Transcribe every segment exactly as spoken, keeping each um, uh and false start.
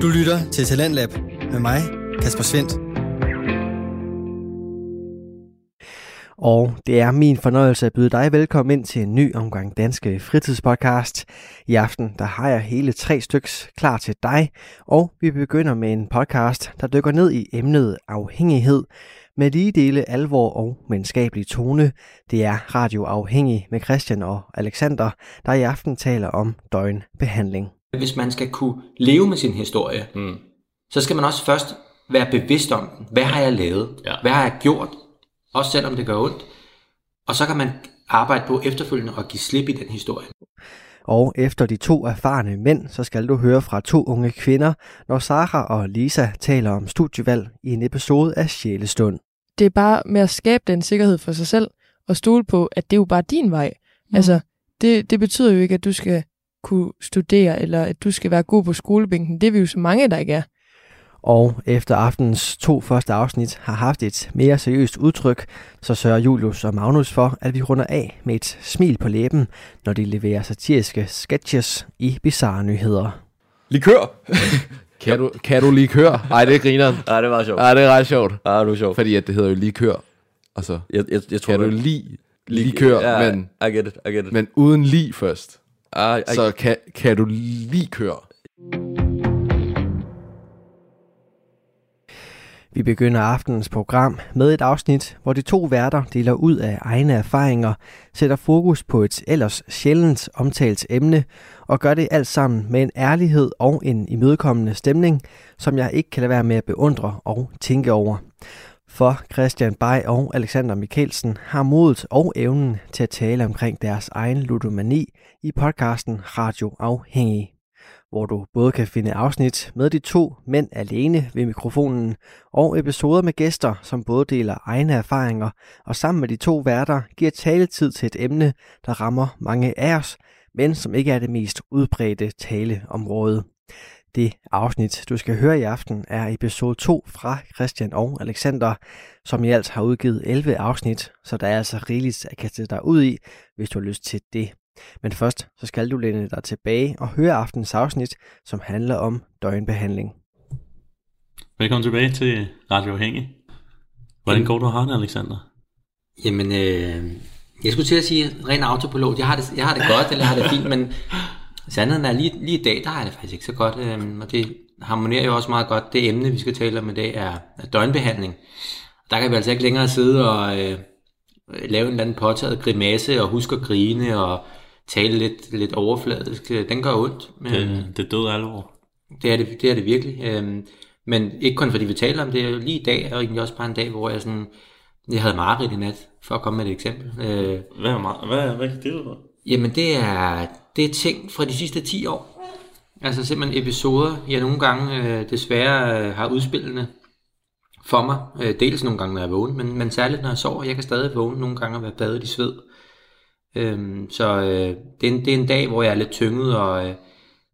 Du lytter til Talentlab med mig, Kasper Svendt. Og det er min fornøjelse at byde dig velkommen ind til en ny omgang Danske Fritidspodcast. I aften der har jeg hele tre styks klar til dig, og vi begynder med en podcast, der dykker ned i emnet afhængighed med lige dele alvor og menneskabelig tone. Det er Radioafhængig med Christian og Alexander, der i aften taler om døgnbehandling. Hvis man skal kunne leve med sin historie, mm. så skal man også først være bevidst om den. Hvad har jeg lavet? Ja. Hvad har jeg gjort? Også selvom det gør ondt. Og så kan man arbejde på efterfølgende og give slip i den historie. Og efter de to erfarne mænd, så skal du høre fra to unge kvinder, når Sara og Lisa taler om studievalg i en episode af Sjælestund. Det er bare med at skabe den sikkerhed for sig selv, og stole på, at det er jo bare din vej. Mm. Altså, det, det betyder jo ikke, at du skal kunne studere, eller at du skal være god på skolebænken. Det er vi jo så mange, der ikke er. Og efter aftenens to første afsnit har haft et mere seriøst udtryk, så sørger Julius og Magnus for, at vi runder af med et smil på læben, når de leverer satiriske sketches i bizarre nyheder. Likør! kan, du, kan du likør? Ej, det er grineren. Nej, det var sjovt. Ej, det er ret sjovt. Ej, det er sjovt. Fordi at det hedder jo likør. Altså, jeg, jeg, jeg tror, kan du lide likør, ja, men, I get it, I get it. men uden lig først. Ah, I, så kan, kan du likør? Vi begynder aftenens program med et afsnit, hvor de to værter deler ud af egne erfaringer, sætter fokus på et ellers sjældent omtalt emne, og gør det alt sammen med en ærlighed og en imødekommende stemning, som jeg ikke kan lade være med at beundre og tænke over. For Christian Bay og Alexander Mikkelsen har modet og evnen til at tale omkring deres egen ludomani i podcasten Radioafhængig, hvor du både kan finde afsnit med de to mænd alene ved mikrofonen, og episoder med gæster, som både deler egne erfaringer, og sammen med de to værter giver taletid til et emne, der rammer mange af os, men som ikke er det mest udbredte taleområde. Det afsnit, du skal høre i aften, er episode to fra Christian og Alexander, som i alt har udgivet elleve afsnit, så der er altså rigeligt at kaste dig ud i, hvis du har lyst til det. Men først så skal du læne dig tilbage og høre aftens afsnit, som handler om døgnbehandling. Velkommen tilbage til Radioafhængig. Hvordan går du og har det, Alexander? Jamen, øh, jeg skulle til at sige ren autopilot. Jeg har det, jeg har det godt, eller jeg har det fint, men sandheden er lige, lige i dag, der har jeg det faktisk ikke så godt. Øh, og det harmonerer jo også meget godt. Det emne, vi skal tale om i dag, er, er døgnbehandling. Der kan vi altså ikke længere sidde og øh, lave en eller anden påtaget grimasse og huske at grine og tale lidt, lidt overfladisk. Den gør ondt. Det, det er død alvor. Det er det, det er det virkelig. Øhm, men ikke kun fordi vi taler om det. Lige i dag er egentlig også bare en dag, hvor jeg sådan... Jeg havde mareridt i nat, for at komme med et eksempel. Øh, hvad er mar- hvad, hvad kan det ud? Jamen det er, det er ting fra de sidste ti år. Altså simpelthen episoder, jeg nogle gange øh, desværre øh, har udspillende for mig. Øh, dels nogle gange, når jeg er vågen, men, men særligt når jeg sover. Jeg kan stadig vågne nogle gange og være badet i sved. Øhm, så øh, det, er en, det er en dag, hvor jeg er lidt tynget, og øh,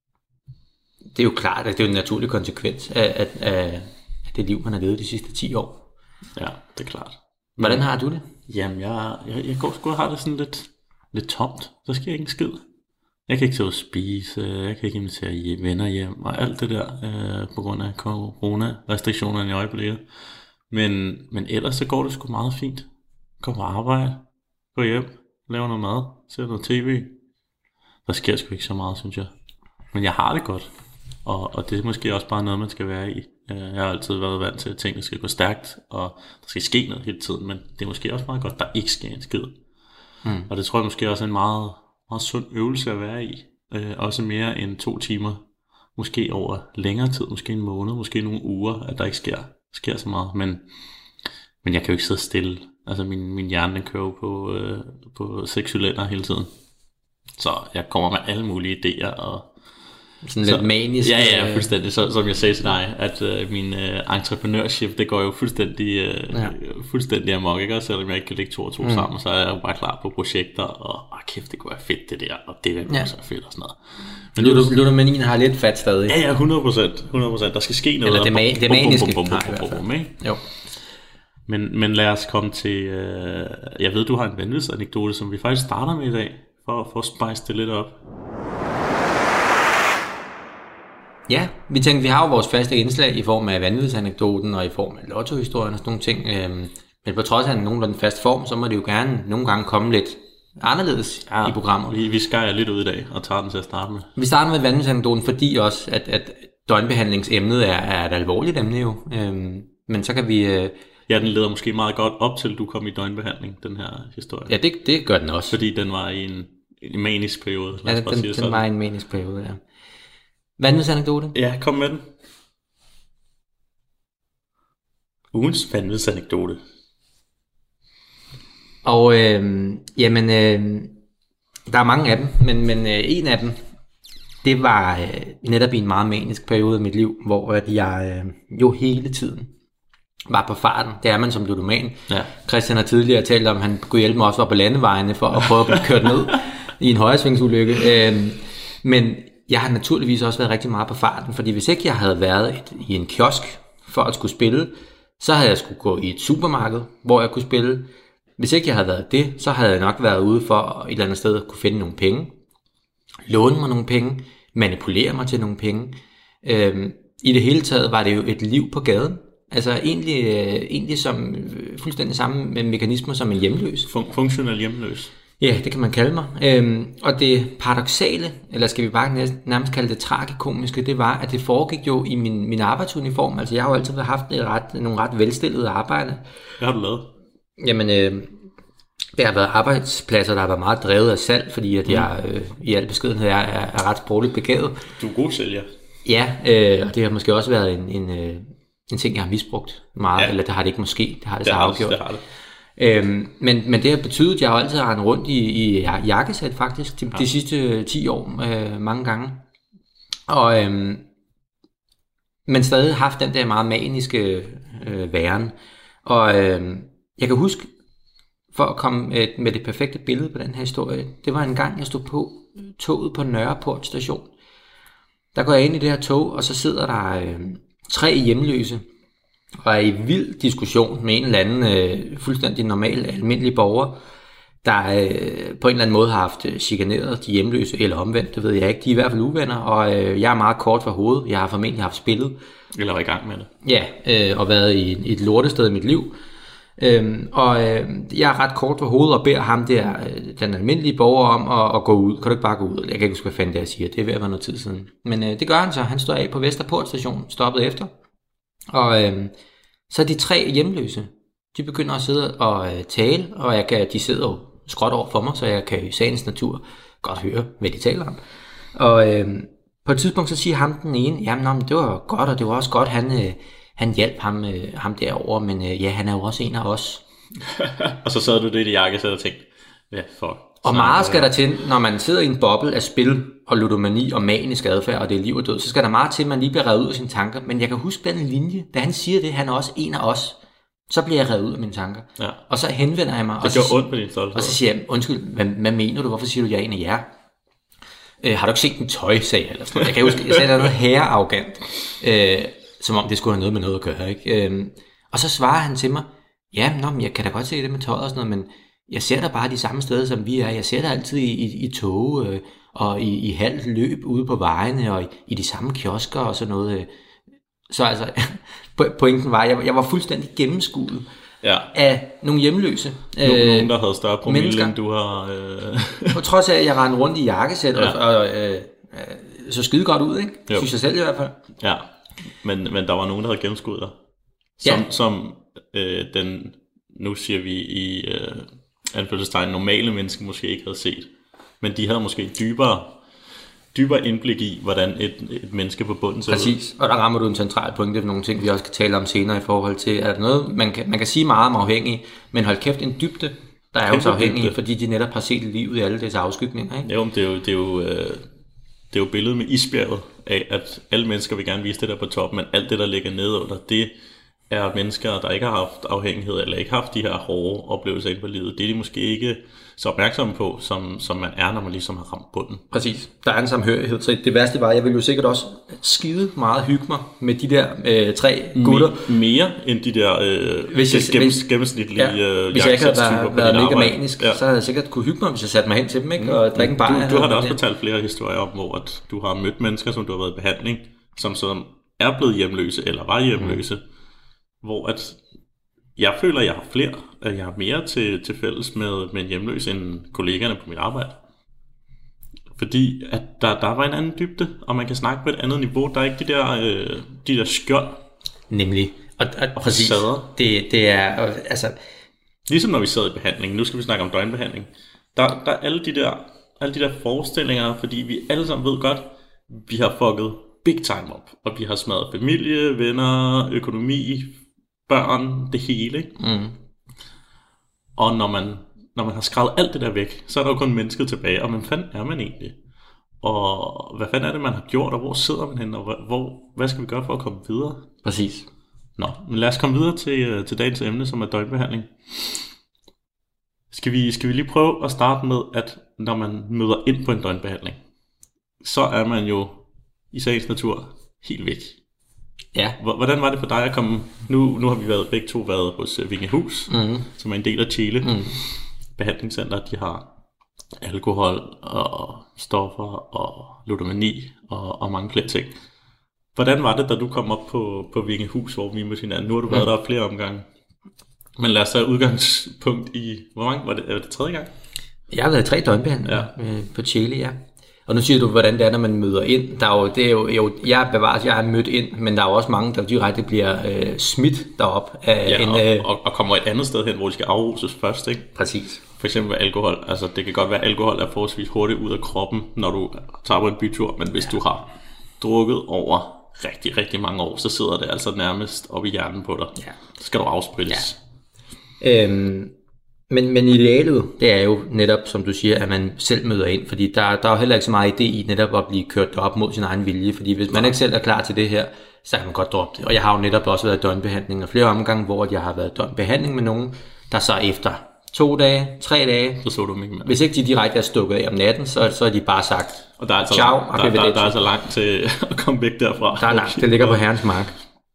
det er jo klart, at det er jo en naturlig konsekvens af, af, af, af det liv, man har levet de sidste ti år. Ja, det er klart. Hvordan har du det? Jamen, jeg, jeg, jeg går sgu og har det sådan lidt, lidt tomt. Der sker ikke en skid. Jeg kan ikke tage ud og spise, jeg kan ikke invitere venner hjem, og alt det der, øh, på grund af corona-restriktionerne i øjeblikket. Men, men ellers så går det sgu meget fint. Gå på arbejde, gå hjem, laver noget mad, ser noget tv. Der sker sgu ikke så meget, synes jeg. Men jeg har det godt. Og, og det er måske også bare noget, man skal være i. Jeg har altid været vant til, at tingene skal gå stærkt, og der skal ske noget hele tiden. Men det er måske også meget godt, at der ikke sker en skid. Mm. Og det tror jeg måske også er en meget, meget sund øvelse at være i. Øh, også mere end to timer. Måske over længere tid, måske en måned, måske nogle uger, at der ikke sker, sker så meget. Men, men jeg kan jo ikke sidde stille. Altså min, min hjerne den kører på, øh, på seks cylinder hele tiden. Så jeg kommer med alle mulige idéer. Og sådan så, lidt manisk. Ja, ja, fuldstændig. Så, som jeg sagde til dig, at øh, min øh, entreprenørship, det går jo fuldstændig, øh, ja. fuldstændig amok, ikke? Og selvom jeg ikke kan lægge to og to mm. sammen, så er jeg jo bare klar på projekter, og åh, kæft, det kunne være fedt det der, og det der kunne ja. også være fedt og sådan noget. Men ludomanien har lidt fat stadig. Ja, ja, hundrede procent. hundrede procent. Der skal ske noget. Eller det, ma- det maniske. Bum, bum, bum, bum, bum, bum, jo. Men, men lad os komme til, øh, jeg ved, du har en vanvidsanekdote, som vi faktisk starter med i dag, for, for at spice det lidt op. Ja, vi tænkte, vi har jo vores faste indslag i form af vanvidsanekdoten og i form af lottohistorien og sådan nogle ting. Øhm, men på trods af en nogenlunde fast form, så må det jo gerne nogle gange komme lidt anderledes ja, i programmet. Vi, vi skærer lidt ud i dag og tager den til at starte med. Vi starter med vanvidsanekdoten, fordi også, at, at døgnbehandlingsemnet er, er et alvorligt emne jo. Øhm, men så kan vi... Øh, ja, den leder måske meget godt op til, du kom i døgnbehandling, den her historie. Ja, det, det gør den også. Fordi den var i en, en manisk periode. Ja, den, den, den var i en manisk periode, ja. Vanvidsanekdote? Ja, kom med den. Ugens vanvidsanekdote. Og øh, jamen, øh, der er mange af dem, men, men øh, en af dem, det var øh, netop i en meget manisk periode af mit liv, hvor at jeg øh, jo hele tiden var på farten. Det er man som ludoman. Ja. Christian har tidligere talt om, at han kunne hjælpe mig også var på landevejene for at prøve at blive kørt ned i en højresvingsulykke. Øh, men jeg har naturligvis også været rigtig meget på farten, fordi hvis ikke jeg havde været et, i en kiosk for at skulle spille, så havde jeg skulle gå i et supermarked, hvor jeg kunne spille. Hvis ikke jeg havde været det, så havde jeg nok været ude for et eller andet sted at kunne finde nogle penge, låne mig nogle penge, manipulere mig til nogle penge. Øhm, I det hele taget var det jo et liv på gaden. Altså egentlig, øh, egentlig som øh, fuldstændig samme mekanismer som en hjemløs. Fun- funktionel hjemløs. Ja, det kan man kalde mig. Øhm, og det paradoksale, eller skal vi bare nærmest kalde det tragikomiske, det var, at det foregik jo i min, min arbejdsuniform. Altså jeg har jo altid haft et ret, nogle ret velstillede arbejde. Hvad har du lavet? Jamen, øh, der har været arbejdspladser, der har været meget drevet af salg, fordi at jeg øh, i al beskedenhed er, er, er ret sprogligt begavet. Du er god sælger. Ja, øh, og det har måske også været en, en, øh, en ting, jeg har misbrugt meget, ja. Eller det har det ikke måske, det har det, det så har afgjort. Det har det. Øhm, men, men det har betydet, at jeg har altid rendt rundt i, i jakkesæt faktisk, de, ja. de sidste ti år, øh, mange gange. Og, øh, men stadig haft den der meget maniske øh, væren. Og øh, jeg kan huske, for at komme med, med det perfekte billede på den her historie, det var en gang, jeg stod på toget på Nørreport station. Der går jeg ind i det her tog, og så sidder der øh, tre hjemløse, og er i vild diskussion med en eller anden øh, fuldstændig normal, almindelig borger, der øh, på en eller anden måde har haft chikaneret de hjemløse, eller omvendt, det ved jeg ikke. De er i hvert fald uvenner, og øh, jeg er meget kort for hovedet. Jeg har formentlig haft spillet. Eller var i gang med det. Ja, øh, og været i, i et lortested i mit liv. Øhm, og øh, jeg er ret kort for hovedet og beder ham der, øh, den almindelige borger om at, at gå ud. Kan du ikke bare gå ud? Jeg kan ikke huske, hvad fanden det jeg siger. Det er ved at være noget tid siden. Men øh, det gør han så. Han står af på Vesterport station, stoppet efter. Og øh, så de tre hjemløse, de begynder at sidde og øh, tale, og jeg kan, de sidder jo skråt over for mig, så jeg kan i sagens natur godt høre, hvad de taler om. Og øh, på et tidspunkt så siger ham den ene, jamen nå, det var godt, og det var også godt, han... Øh, Han hjalp ham, øh, ham derovre, men øh, ja, han er jo også en af os. Og så sad du det i jakkesæt og tænkte, ja, fuck. Og meget skal der til, når man sidder i en boble af spil og ludomani og manisk adfærd, og det er liv og død, så skal der meget til, at man lige bliver revet ud af sine tanker. Men jeg kan huske den linje, da han siger det, han er også en af os, så bliver jeg revet ud af mine tanker. Ja. Og så henvender jeg mig. Det og så, gør ondt på din stolthed. Og så siger jeg, undskyld, hvad, hvad mener du? Hvorfor siger du, jeg er en af jer? Øh, har du ikke set den tøj, sagde jeg. Eller sådan. Jeg kan huske, jeg sagde noget herrearrogant. Øh, som om det skulle have noget med noget at gøre, ikke? Øhm, og så svarer han til mig, ja, nå, men jeg kan da godt se det med tøjet og sådan noget, men jeg ser da bare de samme steder, som vi er. Jeg ser da altid i, i, i tog øh, og i, i halvt løb ude på vejene og i, i de samme kiosker og sådan noget. Øh. Så altså, pointen var, at jeg, jeg var fuldstændig gennemskuet ja. af nogle hjemløse. Nogen, øh, nogen der havde større promille, end du har... Øh... På trods af, at jeg rendte rundt i jakkesæt ja. og, og øh, øh, så skide godt ud, ikke? Jo. Synes jeg selv i hvert fald. Ja. Men, men der var nogen, der havde gennemskuddet dig. Som, ja. som øh, den, nu siger vi i øh, anførselstegn, normale mennesker måske ikke havde set. Men de havde måske dybere, dybere indblik i, hvordan et, et menneske på bunden ser ud. Præcis, og der rammer du en central pointe for nogle ting, vi også kan tale om senere i forhold til, at der noget, man kan, man kan sige meget om afhængig, men hold kæft en dybde, der er jo så afhængige, fordi de netop har set livet i alle disse afskygninger. Ikke? Jo, det er jo... Det er jo øh, Det er jo billedet med isbjerget af, at alle mennesker vil gerne vise det der på toppen, men alt det, der ligger nede under, det er mennesker, der ikke har haft afhængighed, eller ikke har haft de her hårde oplevelser ind på livet. Det er de måske ikke så opmærksomme på, som, som man er, når man ligesom har ramt bunden. Præcis. Der er en samhørighed. Så det værste var, jeg ville jo sikkert også skide meget hygge mig med de der øh, tre gutter. Me- mere end de der øh, hvis jeg, gennem, hvis, gennemsnitlige ja, øh, hvis jeg ikke havde været, været mega manisk, ja. så havde jeg sikkert kunne hygge mig, hvis jeg satte mig hen til dem, ikke? Og drikke en bajer. Du, du har da også fortalt flere historier om, hvor at du har mødt mennesker, som du har været i behandling, som, som er blevet hjemløse, eller var hjemløse, mm. hvor at jeg føler, at jeg har flere, at jeg har mere til, til fælles med, med en hjemløs end kollegerne på mit arbejde. Fordi at der, der var en anden dybde, og man kan snakke på et andet niveau. Der er ikke de der, øh, de der skjold. Nemlig. Og, og, og præcis. Det, det er, altså... Ligesom når vi sad i behandling, nu skal vi snakke om døgnbehandling. Der, der er alle de der, alle de der forestillinger, fordi vi alle sammen ved godt, vi har fucket big time op. Og vi har smadret familie, venner, økonomi, børn, det hele. Ikke? Mm. Og når man, når man har skrællet alt det der væk, så er der jo kun mennesket tilbage. Og hvad fanden er man egentlig? Og hvad fanden er det, man har gjort, og hvor sidder man hen, og hvor, hvor, hvad skal vi gøre for at komme videre? Præcis. Nå, men lad os komme videre til, til dagens emne, som er døgnbehandling. Skal vi, skal vi lige prøve at starte med, at når man møder ind på en døgnbehandling, så er man jo i sagens natur helt væk. Ja. Hvordan var det for dig at komme? Nu, nu har vi været, begge to været hos Vingehus, mm. som er en del af Chile. Mm. Behandlingscenter, de har alkohol og stoffer og ludomani og, og mange flere ting. Hvordan var det, da du kom op på, på Vingehus, hvor vi mødte hinanden? Nu har du været mm. der flere omgange. Men lad os tage udgangspunkt i, hvor mange var det? Er det tredje gang? Jeg har været tre døgnbehandlinger ja. øh, på Chile, ja. Og nu siger du, hvordan det er, når man møder ind. Der er jo, det er jo, jo jeg er bevaret, jeg er mødt ind, men der er jo også mange, der direkte bliver øh, smidt derop af ja, en... Og, øh, og, og kommer et andet sted hen, hvor de skal afruses først, ikke? Præcis. For eksempel alkohol. Altså, det kan godt være, at alkohol er forholdsvis hurtigt ud af kroppen, når du tager på en bytur, men hvis ja. du har drukket over rigtig, rigtig mange år, så sidder det altså nærmest oppe i hjernen på dig. Ja. Så skal du afsprittes. Ja. Øhm, men, men idealet, det er jo netop, som du siger, at man selv møder ind, fordi der, der er jo heller ikke så meget idé i netop at blive kørt op mod sin egen vilje, fordi hvis man ikke selv er klar til det her, så kan man godt droppe det. Og jeg har jo netop også været i døgnbehandling, og flere omgange, hvor jeg har været i døgnbehandling med nogen, der så efter to dage, tre dage, så så du mig. Hvis ikke de direkte er stukket af om natten, så, så er de bare sagt, og der er altså ciao, langt, der, der, der, der er altså langt til at komme væk derfra. Der er langt, det ligger på herrens mark.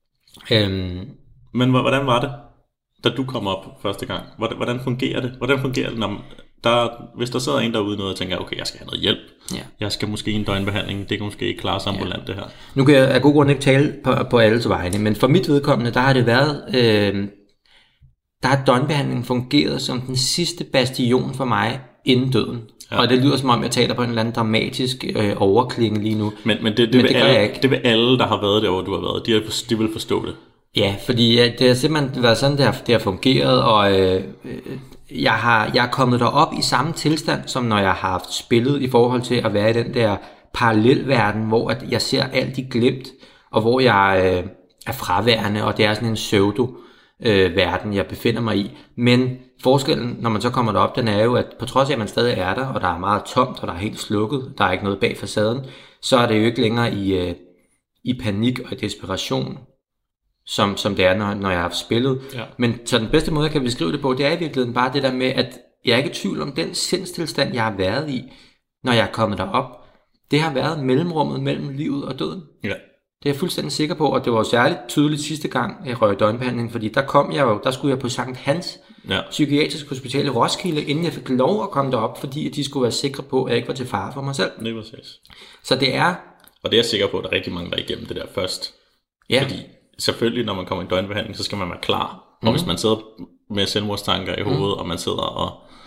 Øhm, Men hvordan var det, da du kom op første gang? Hvordan, hvordan fungerer det? Hvordan fungerer det, når der, hvis der sidder en derude noget og tænker, okay, jeg skal have noget hjælp. Ja. Jeg skal måske i en døgnbehandling, det kan måske ikke klare ambulant ja. det her. Nu kan jeg af god grund ikke tale på, på alles vegne, men for mit vedkommende, der har det været, øh, der har døgnbehandlingen fungeret som den sidste bastion for mig inden døden. Ja. Og det lyder som om, jeg taler på en eller anden dramatisk øh, overklinge lige nu. Men, men, det, det, men det, vil alle, det vil alle, der har været der, hvor du har været, de, har, de vil forstå det. Ja, fordi ja, det har simpelthen været sådan, det har, det har fungeret, og øh, jeg, har, jeg er kommet derop i samme tilstand, som når jeg har haft spillet i forhold til at være i den der parallelverden, hvor at jeg ser alt i glemt, og hvor jeg øh, er fraværende, og det er sådan en pseudo øh, verden, jeg befinder mig i. Men forskellen, når man så kommer derop, den er jo, at på trods af, at man stadig er der, og der er meget tomt, og der er helt slukket, der er ikke noget bag facaden, så er det jo ikke længere i, øh, i panik og desperation, som, som det er, når, når jeg har haft spillet. Ja. Men så den bedste måde, jeg kan beskrive det på, det er i virkeligheden bare det der med, at jeg er ikke i tvivl om den sindstilstand, jeg har været i, når jeg er kommet derop. Det har været mellemrummet mellem livet og døden. Ja. Det er jeg fuldstændig sikker på, og det var særligt tydeligt sidste gang, jeg røg i døgnbehandling, fordi der kom jeg jo, der skulle jeg på Sankt Hans ja. Psykiatrisk Hospital i Roskilde, inden jeg fik lov at komme derop, fordi de skulle være sikre på, at jeg ikke var til fare for mig selv. Det var præcis. Så det er... Og det er jeg sikker på, at der er rigtig mange, der er igennem det der først. Ja. Fordi selvfølgelig, når man kommer i døgnbehandling, så skal man være klar. Mm. Og hvis man sidder med selvmordstanker i hovedet, mm. og man sidder og,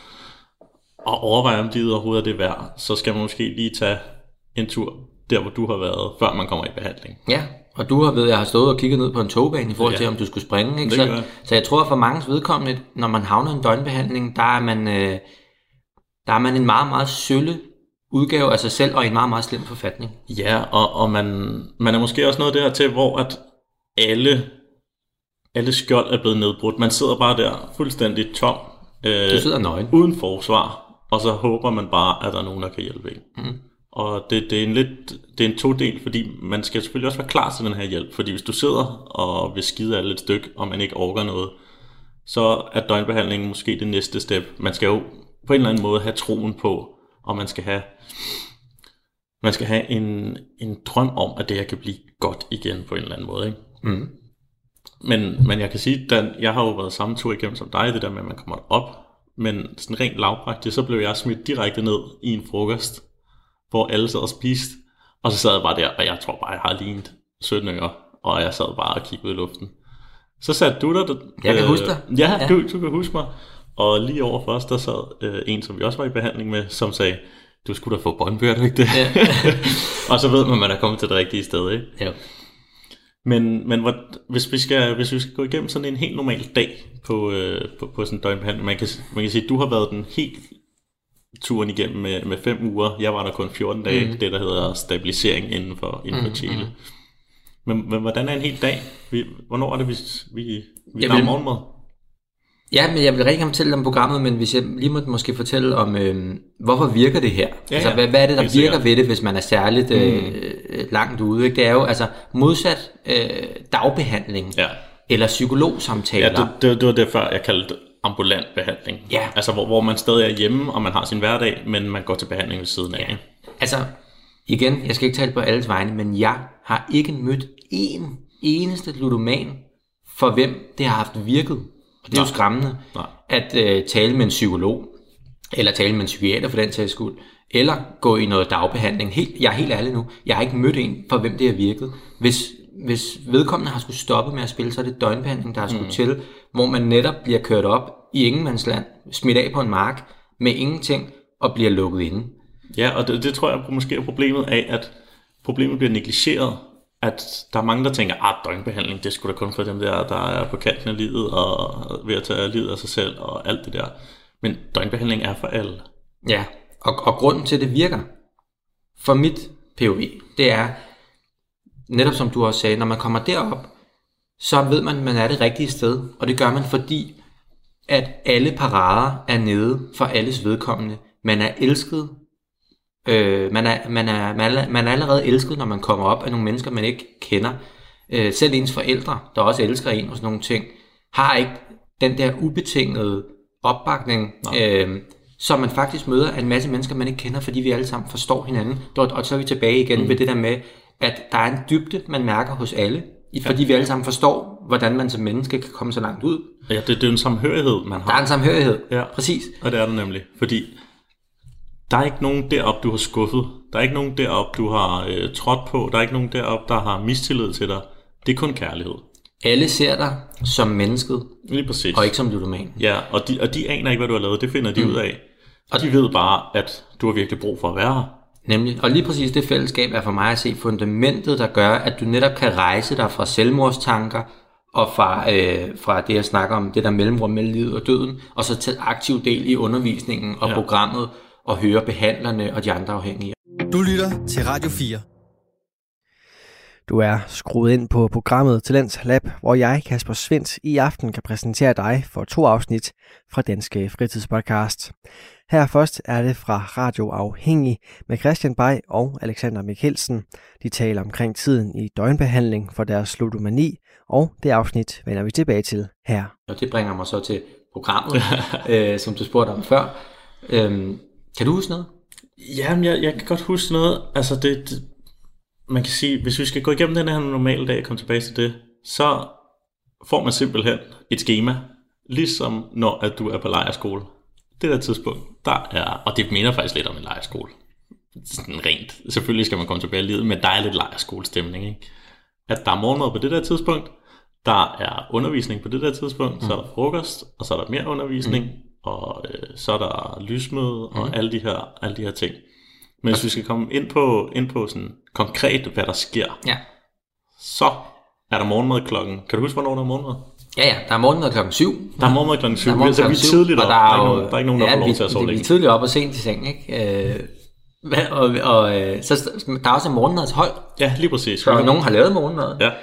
og overvejer, om livet overhovedet er det værd, så skal man måske lige tage en tur der, hvor du har været, før man kommer i behandling. Ja, og du har ved, jeg har stået og kigget ned på en togbane i forhold ja. til, om du skulle springe. Ikke? Så, så jeg tror, for manges vedkommende, når man havner i en døgnbehandling, der er man, øh, der er man en meget, meget sølle udgave af sig selv, og i en meget, meget slem forfatning. Ja, og, og man, man er måske også noget der til, hvor at alle, alle skjold er blevet nedbrudt. Man sidder bare der fuldstændig tom. Øh, du sidder nøgen. Uden forsvar, og så håber man bare, at der er nogen, der kan hjælpe en. Mm. Og det, det er en lidt, det er en todel, fordi man skal selvfølgelig også være klar til den her hjælp. Fordi hvis du sidder og vil skide alle et stykke, og man ikke orker noget, så er døgnbehandlingen måske det næste step. Man skal jo på en eller anden måde have troen på, og man skal have, man skal have en, en drøm om, at det her kan blive godt igen på en eller anden måde. Ikke? Mm. Men, men jeg kan sige, at jeg har jo været samme tur igennem som dig, det der med, at man kommer op. Men sådan rent lavpraktisk, så blev jeg smidt direkte ned i en frokost, hvor alle sad og spiste, og så sad jeg bare der, og jeg tror bare, jeg har lignet sytten øre, og jeg sad bare og kiggede i luften. Så satte du dig... Jeg kan øh, huske dig. Ja, ja. Du, du kan huske mig. Og lige over for os, der sad øh, en, som vi også var i behandling med, som sagde, du skulle da få båndbøger, du ikke det? Ja. Og så ved man, at man er kommet til det rigtige sted, ikke? Ja. Men, men hvor, hvis, vi skal, hvis vi skal gå igennem sådan en helt normal dag på, øh, på, på sådan en døgnbehandling, man kan, man kan sige, at du har været den helt turen igennem med, med fem uger. Jeg var der kun fjorten dage, mm. det der hedder stabilisering inden for, inden for mm, Chile. Mm. Men, men hvordan er en hel dag? Vi, hvornår er det, vi, vi, vi har morgenmad? Ja, men jeg vil rigtig gerne fortælle om programmet, men hvis jeg lige må måske fortælle om, øh, hvorfor virker det her? Ja, altså, hvad, hvad er det, der virker sikkert ved det, hvis man er særligt øh, mm. langt ude? Ikke? Det er jo altså modsat øh, dagbehandling ja. eller psykologsamtaler. Ja, det, det, det var det før, jeg kaldte ambulant behandling. Ja. Altså, hvor, hvor man stadig er hjemme, og man har sin hverdag, men man går til behandling ved siden af. Ja. Altså, igen, jeg skal ikke tale på alles vegne, men jeg har ikke mødt en eneste ludoman, for hvem det har haft virket. Og det er Nej. jo skræmmende, Nej. at øh, tale med en psykolog, eller tale med en psykiater for den sags skyld, eller gå i noget dagbehandling. Helt, jeg er helt ærlig nu, jeg har ikke mødt en, for hvem det har virket. Hvis, hvis vedkommende har skulle stoppe med at spille, så er det døgnbehandling, der har skulle mm. til, hvor man netop bliver kørt op i ingenmandsland, smidt af på en mark, med ingenting, og bliver lukket inde. Ja, og det, det tror jeg måske er problemet af, at problemet bliver negligeret. At der er mange, der tænker, at døgnbehandling, det skulle da kun for dem der, der er på kanten af livet, og ved at tage livet af sig selv, og alt det der. Men døgnbehandling er for alle. Ja, og, og grunden til, at det virker, for mit P O V, det er, netop som du også sagde, når man kommer derop, så ved man, at man er det rigtige sted. Og det gør man, fordi at alle parader er nede for alles vedkommende. Man er elsket. Øh, man, er, man, er, man, er, man er allerede elsket, når man kommer op af nogle mennesker, man ikke kender. Øh, selv ens forældre, der også elsker en og sådan nogle ting, har ikke den der ubetingede opbakning, øh, som man faktisk møder af en masse mennesker, man ikke kender, fordi vi alle sammen forstår hinanden. Og så er vi tilbage igen mm. ved det der med, at der er en dybde, man mærker hos alle, fordi ja. vi alle sammen forstår, hvordan man som menneske kan komme så langt ud. Ja, det, det er en samhørighed, man har. Der er en samhørighed, ja. Præcis. Og det er det nemlig, fordi der er ikke nogen derop, du har skuffet. Der er ikke nogen derop, du har øh, trådt på. Der er ikke nogen derop, der har mistillid til dig. Det er kun kærlighed. Alle ser dig som mennesket, lige præcis. Og ikke som ludoman. Ja, og de, og de aner ikke, hvad du har lavet. Det finder de mm. ud af. Og de ved bare, at du har virkelig brug for at være her. Nemlig. Og lige præcis det fællesskab er for mig at se fundamentet, der gør, at du netop kan rejse dig fra selvmordstanker og fra, øh, fra det, jeg snakker om, det der mellemrum mellem livet og døden, og så tage aktiv del i undervisningen og ja. programmet, og høre behandlerne og de andre afhængige. Du lytter til Radio fire. Du er skruet ind på programmet Talents Lab, hvor jeg, Kasper Svendt, i aften kan præsentere dig for to afsnit fra Danske Fritidspodcast. Her først er det fra Radio Afhængig med Christian Bay og Alexander Mikkelsen. De taler omkring tiden i døgnbehandling for deres ludomani, og det afsnit vender vi tilbage til her. Og det bringer mig så til programmet, øh, som du spurgte om før. Øhm, kan du huske noget? Jamen, jeg, jeg kan godt huske noget. Altså, det, det, man kan sige, hvis vi skal gå igennem den her normale dag og komme tilbage til det, så får man simpelthen et schema, ligesom når at du er på lejrskole. Det der tidspunkt, der er, og det minder faktisk lidt om en lejrskole. Sådan rent. Selvfølgelig skal man komme tilbage i livet, men der er lidt lejrskolestemning, ikke? At der er morgenmad på det der tidspunkt, der er undervisning på det der tidspunkt, mm. så er der frokost, og så er der mere undervisning, mm. og øh, så er der lysmøde og mm. alle de her alle de her ting. Men hvis vi skal komme ind på ind på sådan konkret hvad der sker, ja. så er der morgenmad klokken. Kan du huske hvornår der er morgenmad? Ja ja, der er morgenmad klokken syv. Der er morgenmad klokken syv. Der er, så vi er tidligt op. Der er, jo, der er ikke nogen der ja, får lov til at sove længe. Vi er tidligt op og sent til seng, ikke? Øh, og og øh, så der er også en morgenmadshold. Ja, lige præcis. Så nogen har lavet morgenmad. Ja.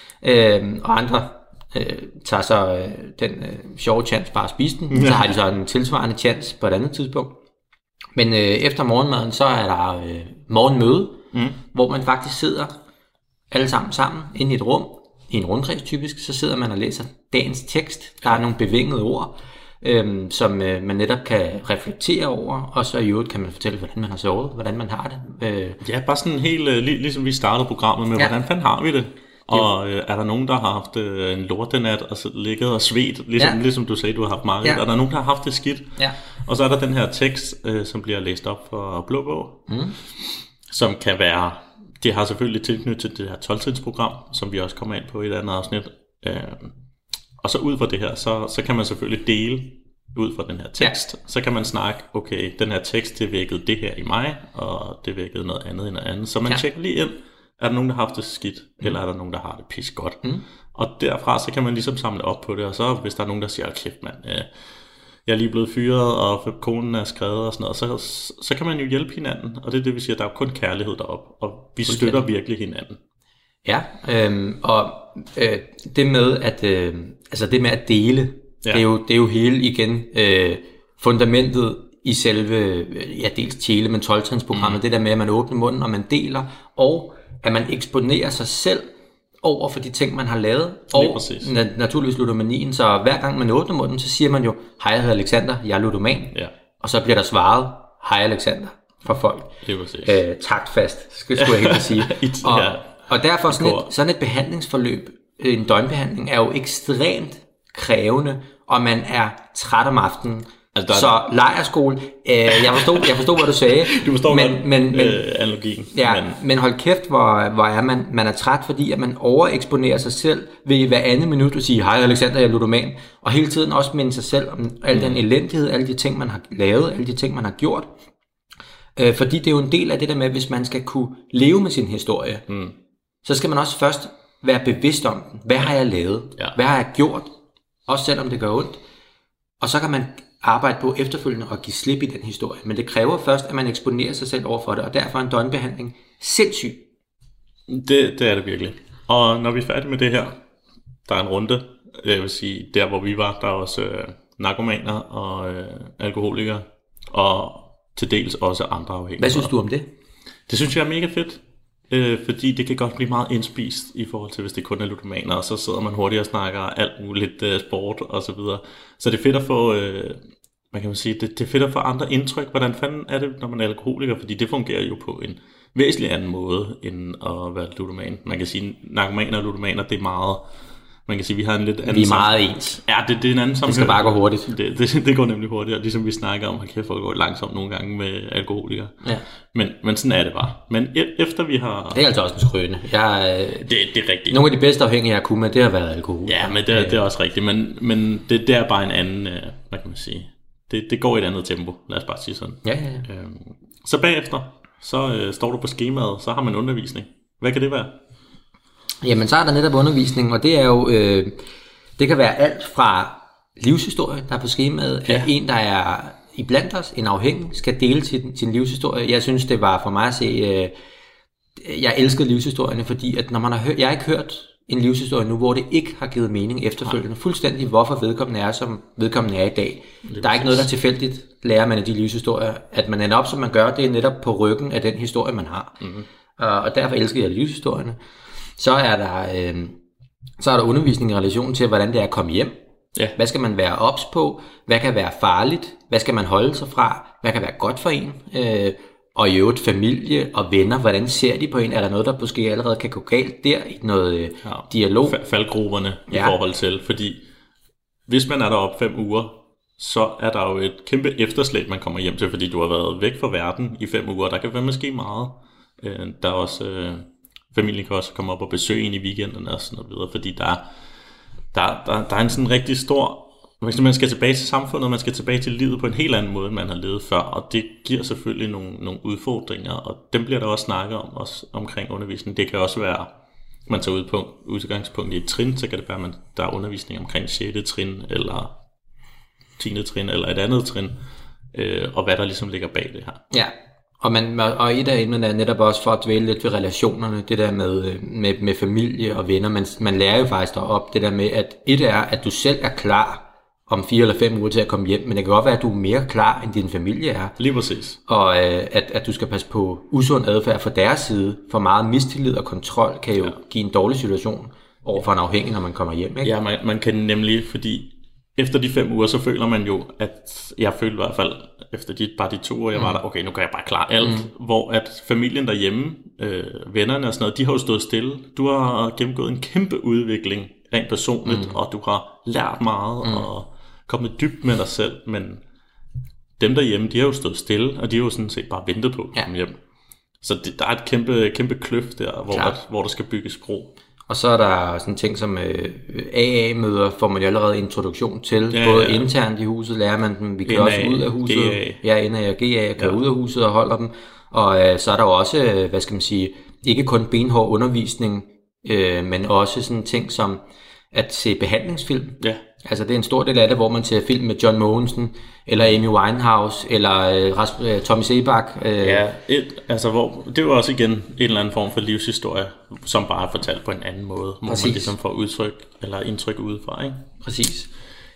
Øh, og andre øh, tager så øh, den øh, sjove chance bare at spise den. Ja. Så har de så en tilsvarende chance på et andet tidspunkt. Men øh, efter morgenmaden, så er der øh, morgenmøde, mm. hvor man faktisk sidder alle sammen sammen inde i et rum, i en rundkreds typisk, så sidder man og læser dagens tekst. Der er nogle bevingede ord, øh, som øh, man netop kan reflektere over, og så i øvrigt kan man fortælle, hvordan man har sovet, hvordan man har det. Øh. Ja, bare sådan helt, øh, lig, ligesom vi startede programmet med, ja. hvordan fanden har vi det? Og øh, er der nogen, der har haft øh, en lortenat og så ligget og svedt, ligesom, ja. ligesom du sagde, du har haft meget. Ja. Er der nogen, der har haft det skidt? Ja. Og så er der den her tekst, øh, som bliver læst op for Blå Bog, mm. som kan være det har selvfølgelig tilknyttet til det her tolv-trinsprogram, som vi også kommer ind på i et andet afsnit. Øh, og så ud fra det her, så, så kan man selvfølgelig dele ud fra den her tekst. Ja. Så kan man snakke, okay, den her tekst, det vækkede det her i mig, og det vækkede noget andet end noget andet. Så man ja. tjekker lige ind, er der nogen, der har haft det skidt, mm. eller er der nogen, der har det pis godt. Mm. Og derfra, så kan man ligesom samle op på det, og så hvis der er nogen, der siger, kæft mand, øh, jeg er lige blevet fyret, og konen er skrevet og sådan noget, så, så kan man jo hjælpe hinanden, og det er det, vi siger, der er jo kun kærlighed deroppe, og vi støtter virkelig hinanden. Ja, øh, og øh, det med at, øh, altså det med at dele, ja. det, er jo, det er jo hele igen øh, fundamentet i selve, ja dels Tjele, men tolv-trinsprogrammet, mm. det der med, at man åbner munden, og man deler, og at man eksponerer sig selv over for de ting, man har lavet, og na- naturligvis ludomanien, så hver gang man åbner munden, så siger man jo, hej, jeg hedder Alexander, jeg er ludoman, ja. Og så bliver der svaret, hej Alexander, fra folk. Øh, taktfast, skulle jeg helt sige. og, og derfor sådan et, sådan et behandlingsforløb, en døgnbehandling, er jo ekstremt krævende, og man er træt om aftenen. Altså, så lejrskole, øh, jeg forstod, jeg forstod, hvad du sagde. Du forstår men, godt men, men, øh, analogien. Ja, men. men hold kæft, hvor, hvor er man, man er træt, fordi at man overeksponerer sig selv ved hver anden minut at sige, hej Alexander, jeg er ludoman, og hele tiden også minde sig selv om al den elendighed, alle de ting, man har lavet, alle de ting, man har gjort. Øh, fordi det er jo en del af det der med, hvis man skal kunne leve med sin historie, mm. så skal man også først være bevidst om den. Hvad har jeg lavet? Ja. Hvad har jeg gjort? Også selvom det gør ondt. Og så kan man arbejde på efterfølgende og give slip i den historie. Men det kræver først, at man eksponerer sig selv over for det, og derfor er en døgnbehandling sindssyg. Det, det er det virkelig. Og når vi er færdige med det her, der er en runde, jeg vil sige, der hvor vi var, der er også øh, narkomaner og øh, alkoholikere, og til dels også andre afhængige. Hvad synes du om det? Det synes jeg er mega fedt. Øh, fordi det kan godt blive meget indspist i forhold til, hvis det kun er ludomaner, og så sidder man hurtigt og snakker alt muligt øh, sport og så videre. Så det er fedt at få, øh, hvad kan man sige, det, det er fedt at få andre indtryk. Hvordan fanden er det, når man er alkoholiker? Fordi det fungerer jo på en væsentlig anden måde, end at være ludoman. Man kan sige, narkomaner og ludomaner, det er meget, man kan sige, vi har en lidt anden... Vi er meget sammen... ens. Ja, det, det er en anden sammenhæng. Det skal bare gå hurtigt. Det, det, det går nemlig hurtigt, og ligesom vi snakker om, at kæft, folk går langsomt nogle gange med alkoholikere. Ja. Men, men sådan er det bare. Men e- efter vi har... Det er altså også en skrøne. Jeg, det, det er rigtigt. Nogle af de bedste afhængige, jeg kunne med, det har været alkohol. Ja, men det, det er også rigtigt. Men, men det, det er bare en anden, hvad kan man sige, det, det går i et andet tempo, lad os bare sige sådan. Ja, ja, ja. Øhm, så bagefter, så øh, står du på skemaet, så har man undervisning. Hvad kan det være? Jamen, så er der netop undervisning, og det er jo... Øh, det kan være alt fra livshistorie, der er på skemaet, ja. At en, der er i blandt os, en afhængig, skal dele sin, sin livshistorie. Jeg synes, det var for mig at se... Øh, jeg elskede livshistorierne, fordi at når man har hørt... Jeg har ikke hørt en livshistorie nu, hvor det ikke har givet mening efterfølgende. Nej. Fuldstændig, hvorfor vedkommende er, som vedkommende er i dag. Det der er ikke noget, der er tilfældigt, lærer man af de livshistorier. At man ender op, som man gør, det er netop på ryggen af den historie, man har. Mm-hmm. Og, og derfor elsker jeg livshistorierne. Så er der... Øh, Så er der undervisning i relation til, hvordan det er at komme hjem. Ja. Hvad skal man være ops på? Hvad kan være farligt? Hvad skal man holde sig fra? Hvad kan være godt for en? Øh, og i øvrigt familie og venner, hvordan ser de på en? Er der noget, der måske allerede kan gå galt der i noget øh, ja. dialog? Faldgrupperne ja. I forhold til, fordi hvis man er deroppe fem uger, så er der jo et kæmpe efterslæb, man kommer hjem til, fordi du har været væk fra verden i fem uger. Der kan være måske meget. Øh, der er også... Øh, familien kan også komme op og besøge en i weekenderne og sådan noget videre, fordi der, der, der, der er en sådan rigtig stor... Man skal tilbage til samfundet, man skal tilbage til livet på en helt anden måde, end man har levet før, og det giver selvfølgelig nogle, nogle udfordringer, og dem bliver der også snakket om, også omkring undervisning. Det kan også være, man tager ud på udgangspunkt i et trin, så kan det være, at der er undervisning omkring sjette trin, eller tiende trin, eller et andet trin, øh, og hvad der ligesom ligger bag det her. Ja. Og, man, og et af emnerne er netop også for at dvæle lidt ved relationerne, det der med, med, med familie og venner. Man, man lærer jo faktisk derop det der med, at et er, at du selv er klar om fire eller fem uger til at komme hjem, men det kan godt være, at du er mere klar, end din familie er. Lige præcis. Og øh, at, at du skal passe på usund adfærd fra deres side, for meget mistillid og kontrol kan jo ja. Give en dårlig situation over for en afhængig, når man kommer hjem. Ikke? Ja, man, man kan nemlig, fordi efter de fem uger, så føler man jo, at jeg følte i hvert fald, efter de, bare de to uger, jeg var der, okay, nu kan jeg bare klare alt. Mm. Hvor at familien derhjemme, øh, vennerne og sådan noget, de har jo stået stille. Du har gennemgået en kæmpe udvikling, rent personligt, mm. og du har lært meget, mm. og kommet dybt med dig selv. Men dem derhjemme, de har jo stået stille, og de har jo sådan set bare ventet på at komme ja. Hjem. Så det, der er et kæmpe, kæmpe kløft der, hvor, Klart. at, hvor der skal bygges bro. Og så er der sådan ting som øh, A A-møder, får man jo allerede introduktion til. Ja, Både ja. internt i huset lærer man dem. Vi kører N A, også ud af huset. G A. Ja, N A og G A kører Ja. ud af huset og holder dem. Og øh, så er der jo også, øh, hvad skal man sige, ikke kun benhård undervisning, øh, men også sådan ting som at se behandlingsfilm. Ja. Altså det er en stor del af det, hvor man ser film med John Mogensen, eller Amy Winehouse, eller øh, Ras- øh, Tommy Sebak. Øh, Ja, et, altså hvor, det er jo også igen en eller anden form for livshistorie, som bare er fortalt på en anden måde, hvor Præcis. man ligesom får udtryk, eller indtryk udefra, ikke? Præcis.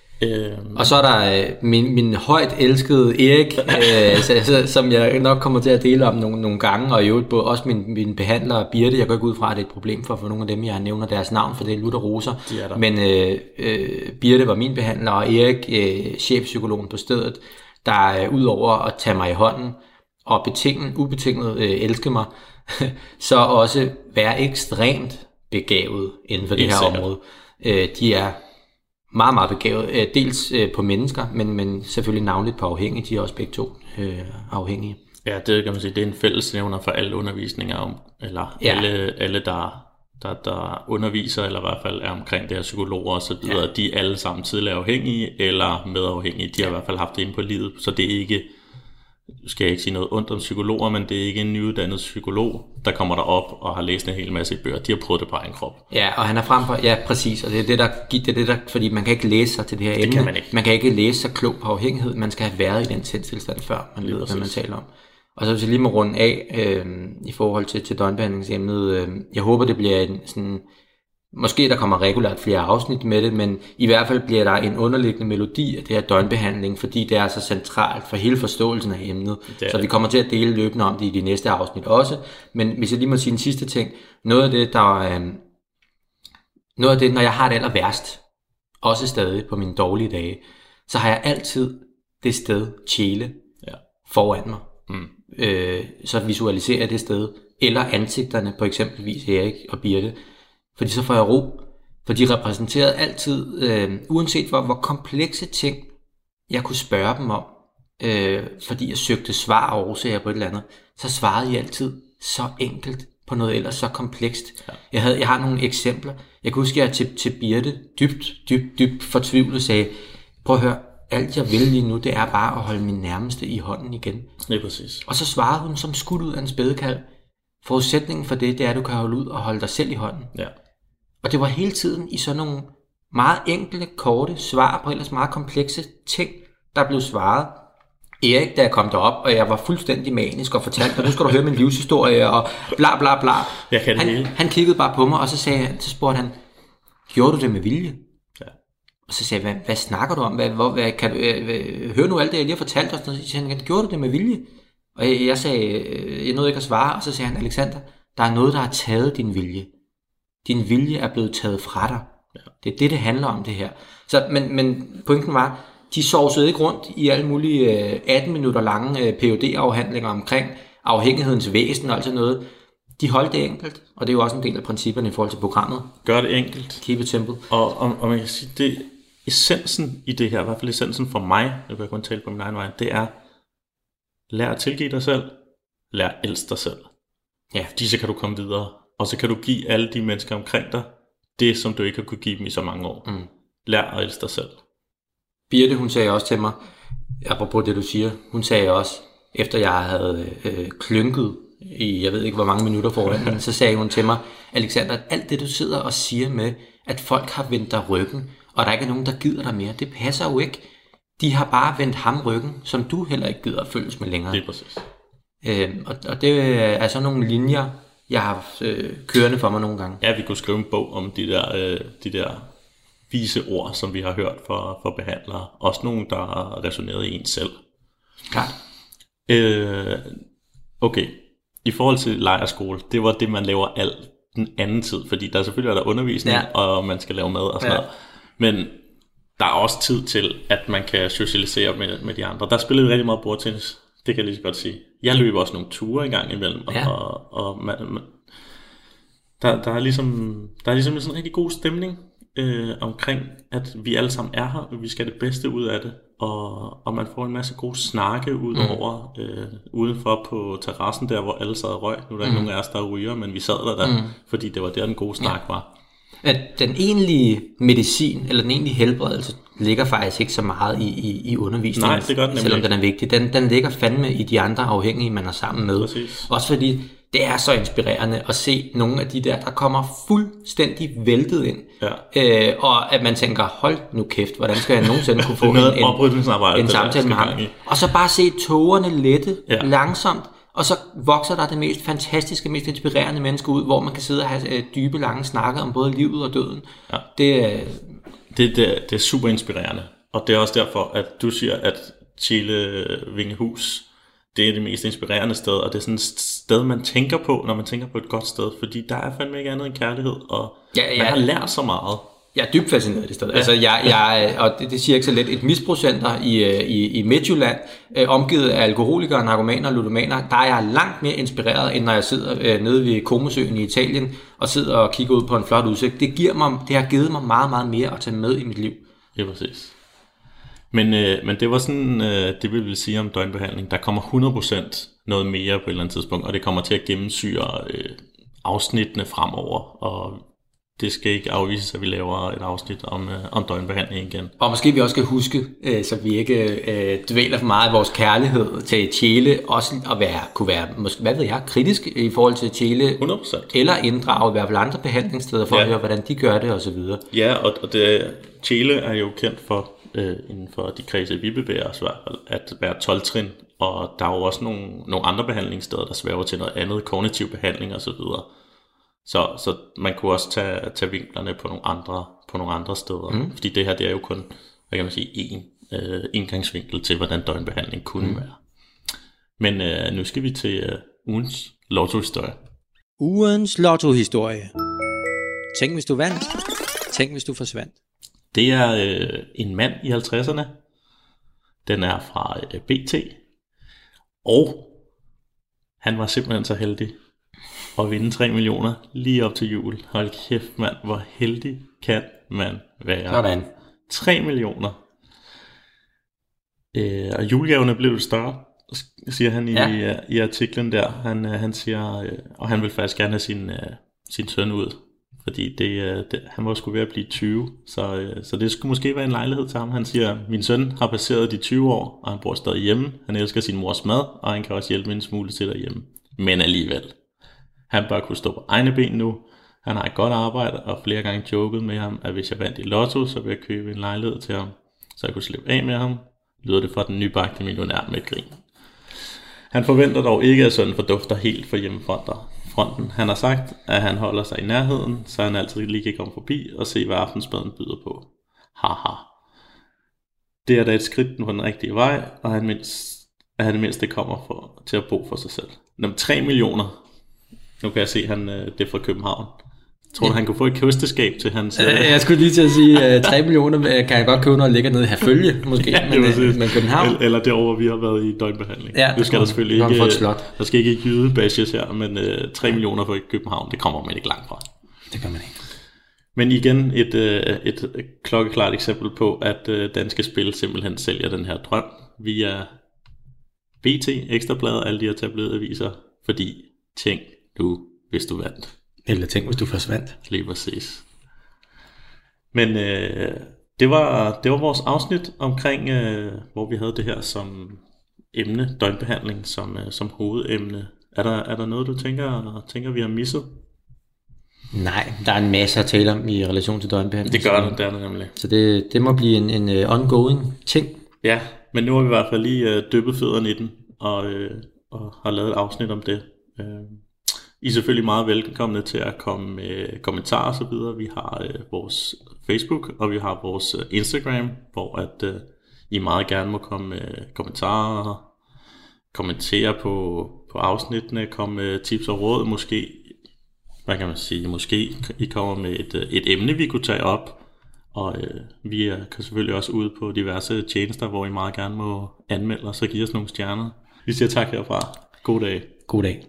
Øhm, Og så er der øh, min, min højt elskede Erik, øh, så, så, som jeg nok kommer til at dele om nogle, nogle gange, og i øvrigt både også min, min behandler Birte. Jeg går ikke ud fra, at det er et problem for, for nogle af dem, jeg nævner deres navn, for det er lutter roser. De er der. Men øh, øh, Birte var min behandler, og Erik, øh, chefpsykologen på stedet, der øh, ud over at tage mig i hånden og betinget, ubetinget øh, elske mig, så også være ekstremt begavet inden for det Helt her sikkert. område. Øh, de er meget, meget begavet. Øh, Dels øh, på mennesker, men, men selvfølgelig navnligt på afhængige. De er også begge to øh, afhængige. ja, det kan man sige, det er en fællesnævner for alle undervisninger, om, eller Ja. alle, alle der, der, der underviser, eller i hvert fald er omkring det her psykologer og så videre, Ja. de er alle sammen tidligere afhængige, eller medafhængige. De har i hvert fald haft det inde på livet, så det er ikke, nu skal jeg ikke sige noget ondt om psykologer, men det er ikke en nyuddannet psykolog, der kommer derop og har læst en hel masse bøger. De har prøvet det på egen krop. Ja, og han er frem for, ja præcis, og det er det, der, det er det der, fordi man kan ikke læse sig til det her Det emne. kan man ikke. Man kan ikke læse sig klog på afhængighed, man skal have været i den tilstand før, man ved, hvad man præcis. taler om. Og så hvis jeg lige må runde af øh, i forhold til, til døgnbehandlingsemnet, øh, jeg håber det bliver en sådan, måske der kommer regulært flere afsnit med det, men i hvert fald bliver der en underliggende melodi af det her døgnbehandling, fordi det er så centralt for hele forståelsen af emnet. Det er Så det. vi kommer til at dele løbende om det i de næste afsnit også. Men hvis jeg lige må sige en sidste ting, noget af det, der øh, noget af det, når jeg har det aller værst, også stadig på mine dårlige dage, så har jeg altid det sted, Tjele, Ja. foran mig. Mm. Øh, så visualiserer jeg det sted, eller ansigterne på eksempelvis Erik og Birte, fordi så får jeg ro, for de repræsenterede altid, øh, uanset hvor, hvor komplekse ting jeg kunne spørge dem om, øh, fordi jeg søgte svar og årsager på et eller andet, så svarede de altid så enkelt på noget ellers så komplekst. Ja. Jeg, havde, jeg har nogle eksempler. Jeg kan huske, at jeg til, til Birte dybt, dybt, dybt fortvivlet sagde, prøv at høre, alt jeg vil lige nu, det er bare at holde min nærmeste i hånden igen. Det er præcis. Og så svarede hun som skudt ud af en spædekalv, forudsætningen for det, det er, at du kan holde ud og holde dig selv i hånden. Ja. Og det var hele tiden i sådan nogle meget enkle, korte svar på ellers meget komplekse ting, der blev svaret. Erik, da jeg kom derop, og jeg var fuldstændig manisk og fortalte, at nu skal du høre min livshistorie, og bla bla bla. Jeg kan det han, hele. han kiggede bare på mig, og så, sagde han, så spurgte han, gjorde du det med vilje? Ja. Og så sagde jeg, hvad, hvad snakker du om? Hvad, hvor, hvad, kan du, øh, øh, hør nu alt det, jeg lige har fortalt dig. Og så sagde han, gjorde du det med vilje? Og jeg, jeg sagde, øh, jeg nåede ikke at svare, og så sagde han, Alexander, der er noget, der har taget din vilje. Din vilje er blevet taget fra dig. Ja. Det er det, det handler om, det her. Så, men, men pointen var, de sovsede ikke rundt i alle mulige øh, atten minutter lange øh, P H D-afhandlinger omkring afhængighedens væsen og alt sådan noget. De holdt det enkelt, og det er jo også en del af principperne i forhold til programmet. Gør det enkelt. Keep it simple. Og, og, og man kan sige, det essensen i det her, i hvert fald essensen for mig, nu kan jeg kun tale på min egen vej, det er, lær at tilgive dig selv, lær at elske dig selv. Ja. Fordi så kan du komme videre, og så kan du give alle de mennesker omkring dig, det som du ikke har kunne give dem i så mange år. Mm. Lær at elske dig selv. Birte, hun sagde også til mig, apropos det du siger, hun sagde også, efter jeg havde øh, klynket i, jeg ved ikke hvor mange minutter foran hende, så sagde hun til mig, Alexander, alt det du sidder og siger med, at folk har vendt dig ryggen, og der ikke er nogen, der gider dig mere, det passer jo ikke. De har bare vendt ham ryggen, som du heller ikke gider at følges med længere. Det er præcis. Øh, og, og det er sådan nogle linjer, jeg har haft øh, kørende for mig nogle gange. Ja, vi kunne skrive en bog om de der, øh, de der vise ord, som vi har hørt fra, fra behandlere. Også nogle, der har resoneret i en selv. Klart. Øh, okay, i forhold til lejrskole, det var det, man laver alt den anden tid, fordi der selvfølgelig er der undervisning, Ja. og man skal lave mad og sådan Ja. noget. Men der er også tid til, at man kan socialisere med, med de andre. Der spillede vi rigtig meget bordtennis, det kan jeg lige så godt sige. Jeg løber også nogle ture en gang imellem, Ja. og, og man, man, der, der, er ligesom, der er ligesom sådan en rigtig god stemning øh, omkring, at vi alle sammen er her, og vi skal have det bedste ud af det. og, og man får en masse gode snakke udover, mm. øh, udenfor på terrassen der, hvor alle sad og røg. Nu er der mm. ikke nogen af os, der ryger, men vi sad der, der mm. fordi det var der, den gode snak ja. var. At den egentlige medicin, eller den egentlige helbredelse, ligger faktisk ikke så meget i, i, i undervisningen, Nej, det gør den selvom den er vigtig. Den, den ligger fandme i de andre afhængige, man er sammen med. Præcis. Også fordi det er så inspirerende at se nogle af de der, der kommer fuldstændig væltet ind. Ja. Øh, og at man tænker, hold nu kæft, hvordan skal jeg nogensinde kunne få en, en, en samtale med ham. Og så bare se tågerne lette ja. langsomt, og så vokser der det mest fantastiske, mest inspirerende menneske ud, hvor man kan sidde og have øh, dybe, lange snakker om både livet og døden. Ja. Det, øh... det, det, det er super inspirerende. Og det er også derfor, at du siger, at Tjele Vingehus, det er det mest inspirerende sted, og det er sådan et sted, man tænker på, når man tænker på et godt sted, fordi der er fandme ikke andet end kærlighed, og ja, ja, man har lært så meget. Jeg er dybt fascineret af det sted. Ja. Altså, jeg, jeg, og det, det siger ikke så lidt, et misbrugscenter i, i, i Midtjylland, øh, omgivet af alkoholikere, narkomaner og ludomaner, der er jeg langt mere inspireret, end når jeg sidder øh, nede ved Comosøen i Italien, og sidder og kigger ud på en flot udsigt. Det, giver mig, det har givet mig meget, meget mere at tage med i mit liv. Ja, præcis. Men, øh, men det var sådan, øh, det vil sige om døgnbehandling, der kommer hundrede procent noget mere på et eller andet tidspunkt, og det kommer til at gennemsyre øh, afsnittene fremover, og det skal ikke afvises, at vi laver et afsnit om, øh, om døgnbehandling igen. Og måske vi også skal huske, øh, så vi ikke øh, dvæler for meget af vores kærlighed til Tjele, også at være, kunne være, måske, hvad ved jeg, kritisk i forhold til Tjele, hundrede procent. Eller inddrage i hvert fald andre behandlingssteder for ja. at høre, hvordan de gør det osv. Ja, og, og det, Tjele er jo kendt for, øh, inden for de kredse, vi bevæger os i hvert fald, at være tolv-trin, og der er jo også nogle, nogle andre behandlingssteder, der svæver til noget andet, kognitiv behandling osv., Så, så man kunne også tage, tage vinklerne på nogle andre, på nogle andre steder. Mm. Fordi det her, det er jo kun, hvad kan man sige, en øh, indgangsvinkel til, hvordan døgnbehandling kunne mm. være. Men øh, nu skal vi til øh, ugens lottohistorie. Ugens lottohistorie. Tænk hvis du vandt. Tænk hvis du forsvandt. Det er øh, en mand i halvtredserne. Den er fra øh, B T. Og han var simpelthen så heldig og vinde tre millioner lige op til jul. Hold kæft mand, hvor heldig kan man være. Sådan. tre millioner. Øh, og julegaverne blev det større, siger han i, ja. i, i artiklen der. Han, han siger, øh, og han vil faktisk gerne have sin, øh, sin søn ud. Fordi det, det, han var sgu ved at blive tyve, så, øh, så det skulle måske være en lejlighed til ham. Han siger, min søn har passeret de tyve år, og han bor stadig hjemme. Han elsker sin mors mad, og han kan også hjælpe en smule til derhjemme. Men alligevel. Han bør kunne stå på egne ben nu. Han har et godt arbejde, og flere gange joket med ham, at hvis jeg vandt i lotto, så vil jeg købe en lejlighed til ham, så jeg kunne slippe af med ham. Lyder det fra den nybagte millionær med et grin. Han forventer dog ikke, at sønnen fordufter helt for hjemmefronten. Han har sagt, at han holder sig i nærheden, så han altid lige kan komme forbi og se, hvad aftensmaden byder på. Haha. Det er da et skridt på den rigtige vej, og han mindst, at han mindst det kommer for, til at bo for sig selv. Når tre millioner. Nu kan jeg se, at han, det er fra København. Tror du, ja. han kunne få et kosteskab til hans... Jeg skulle lige til at sige, at tre millioner kan jeg godt købe noget lækkert nede i Herfølge, måske, ja, men, men København. Eller derovre, vi har været i døgnbehandling. Ja, nu skal der selvfølgelig ikke... Der skal ikke jydebashes her, men uh, tre millioner for København, det kommer man ikke langt fra. Det kan man ikke. Men igen et, uh, et klokkeklart eksempel på, at uh, Danske Spil simpelthen sælger den her drøm via B T, Ekstrabladet, alle de her tabloidaviser, fordi tænk du, hvis du vandt. Eller tænk, hvis du forsvandt. Lige præcis. Men øh, det, var, det var vores afsnit omkring, øh, hvor vi havde det her som emne, døgnbehandling, som, øh, som hovedemne. Er der, er der noget, du tænker, tænker, vi har misset? Nej, der er en masse at tale om i relation til døgnbehandling. Det gør det, det er det nemlig. Så det, det må blive en, en ongoing ting. Ja, men nu har vi i hvert fald lige øh, dyppet fødderne i den, og, øh, og har lavet et afsnit om det. Øh, I er selvfølgelig meget velkomne til at komme med kommentarer og så videre. Vi har øh, vores Facebook, og vi har vores øh, Instagram, hvor at øh, I meget gerne må komme med kommentarer, kommentere på, på afsnittene, komme med tips og råd, måske, hvad kan man sige, måske I kommer med et, et emne, vi kunne tage op, og øh, vi er kan selvfølgelig også ude på diverse tjenester, hvor I meget gerne må anmelde os og give os nogle stjerner. Vi siger tak herfra. God dag. God dag.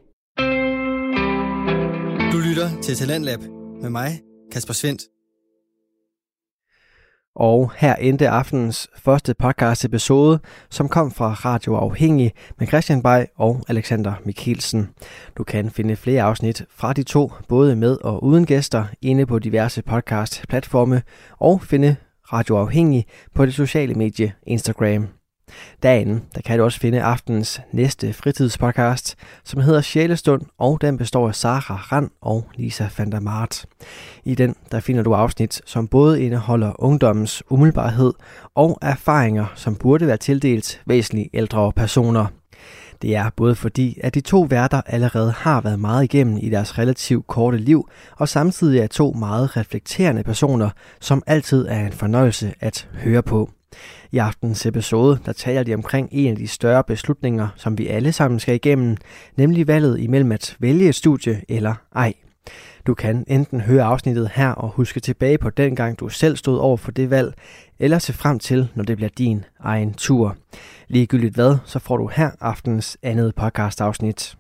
Du lytter til Talentlab med mig, Kasper Svendt. Og her endte aftenens første podcast episode, som kom fra Radio Afhængig med Christian Bay og Alexander Mikkelsen. Du kan finde flere afsnit fra de to, både med og uden gæster, inde på diverse podcast-platforme og finde Radio Afhængig på det sociale medie Instagram. Derinde, der kan du også finde aftenens næste fritidspodcast, som hedder Sjælestund, og den består af Sara Rand og Lisa van der Mart. I den, der finder du afsnit, som både indeholder ungdommens umiddelbarhed og erfaringer, som burde være tildelt væsentligt ældre personer. Det er både fordi, at de to værter allerede har været meget igennem i deres relativt korte liv, og samtidig er to meget reflekterende personer, som altid er en fornøjelse at høre på. I aftens episode, der taler de omkring en af de større beslutninger, som vi alle sammen skal igennem, nemlig valget imellem at vælge et studie eller ej. Du kan enten høre afsnittet her og huske tilbage på den gang, du selv stod over for det valg, eller se frem til, når det bliver din egen tur. Ligegyldigt hvad, så får du her aftens andet podcast-afsnit.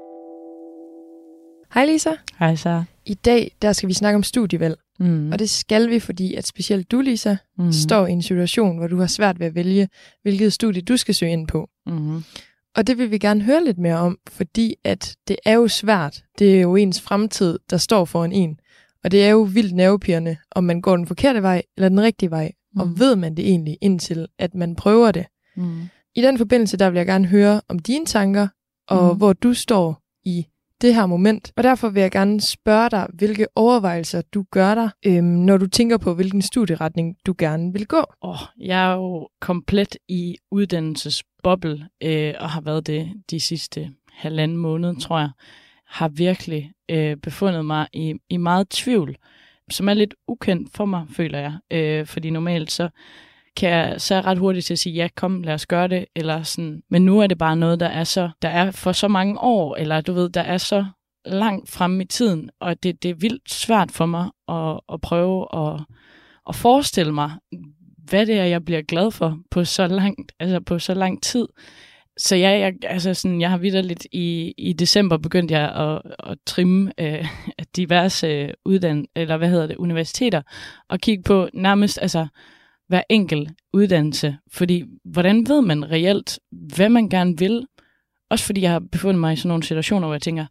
Hej Lisa. Hej så. I dag der skal vi snakke om studievalg. Mm. Og det skal vi, fordi at specielt du, Lisa, mm. står i en situation, hvor du har svært ved at vælge, hvilket studie du skal søge ind på. Mm. Og det vil vi gerne høre lidt mere om, fordi at det er jo svært. Det er jo ens fremtid, der står foran en. Og det er jo vildt nervepirrende, om man går den forkerte vej eller den rigtige vej. Mm. Og ved man det egentlig indtil, at man prøver det. Mm. I den forbindelse, der vil jeg gerne høre om dine tanker, og mm. hvor du står i det her moment. Og derfor vil jeg gerne spørge dig, hvilke overvejelser du gør dig, øhm, når du tænker på, hvilken studieretning du gerne vil gå. Oh, jeg er jo komplet i uddannelsesboble, øh, og har været det de sidste halvanden måned, tror jeg. Har virkelig øh, befundet mig i, i meget tvivl, som er lidt ukendt for mig, føler jeg. Øh, fordi normalt så kan jeg så er ret hurtigt til at sige, ja, kom, lad os gøre det, eller sådan. Men nu er det bare noget, der er så, der er for så mange år, eller du ved, der er så langt fremme i tiden, og det, det er vildt svært for mig at, at prøve at, at forestille mig, hvad det er, jeg bliver glad for på så langt, altså på så lang tid. Så ja, jeg, altså sådan, jeg har vitterligt i, i december begyndt jeg at, at trimme øh, diverse øh, uddann eller hvad hedder det, universiteter, og kigge på nærmest, altså hver enkelt uddannelse, fordi hvordan ved man reelt, hvad man gerne vil? Også fordi jeg har befundet mig i sådan nogle situationer, hvor jeg tænker,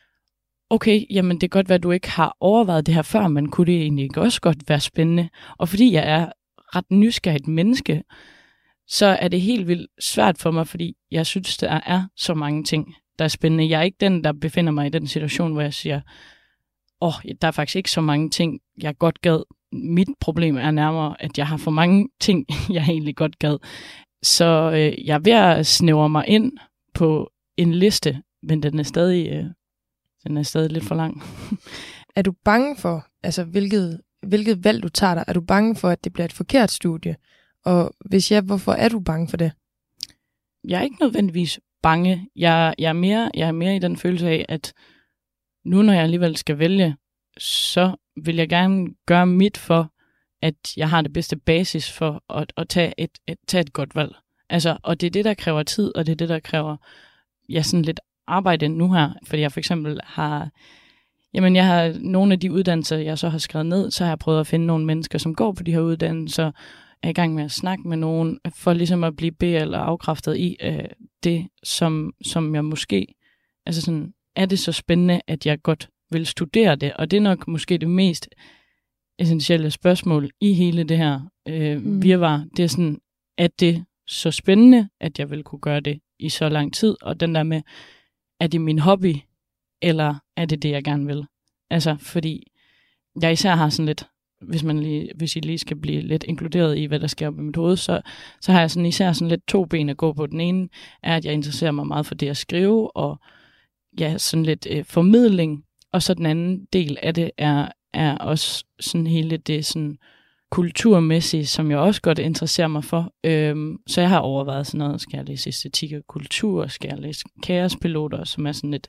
okay, jamen det kan godt være, at du ikke har overvejet det her før, men kunne det egentlig ikke også godt være spændende? Og fordi jeg er ret nysgerrigt menneske, så er det helt vildt svært for mig, fordi jeg synes, der er så mange ting, der er spændende. Jeg er ikke den, der befinder mig i den situation, hvor jeg siger, åh, oh, der er faktisk ikke så mange ting, jeg godt gad. Mit problem er nærmere, at jeg har for mange ting, jeg egentlig godt gad. Så øh, jeg er ved at snævre mig ind på en liste, men den er stadig, øh, den er stadig lidt for lang. Er du bange for, altså hvilket, hvilket valg du tager dig? Er du bange for, at det bliver et forkert studie? Og hvis ja, hvorfor er du bange for det? Jeg er ikke nødvendigvis bange. Jeg, jeg, er mere, jeg er mere i den følelse af, at nu når jeg alligevel skal vælge, så vil jeg gerne gøre mit for, at jeg har det bedste basis for at, at tage, et, et, tage et godt valg. Altså, og det er det, der kræver tid, og det er det, der kræver ja, sådan lidt arbejde nu her. Fordi jeg for eksempel har, jamen jeg har nogle af de uddannelser, jeg så har skrevet ned, så har jeg prøvet at finde nogle mennesker, som går på de her uddannelser, er i gang med at snakke med nogen, for ligesom at blive be- eller afkræftet i øh, det, som, som jeg måske, altså sådan, er det så spændende, at jeg godt vil studere det, og det er nok måske det mest essentielle spørgsmål i hele det her øh, mm. virvar. Det er sådan, er det så spændende, at jeg vil kunne gøre det i så lang tid, og den der med, er det min hobby, eller er det det, jeg gerne vil? Altså, fordi jeg især har sådan lidt, hvis, man lige, hvis I lige skal blive lidt inkluderet i, hvad der sker op i mit hoved, så, så har jeg sådan især sådan lidt to ben at gå på. Den ene er, at jeg interesserer mig meget for det at skrive, og ja, sådan lidt øh, formidling, og så den anden del af det er, er også sådan hele det sådan kulturmæssige, som jeg også godt interesserer mig for. Øhm, så jeg har overvejet sådan noget, skal jeg læse æstetik og kultur, skal jeg læse kaospiloter, som er sådan et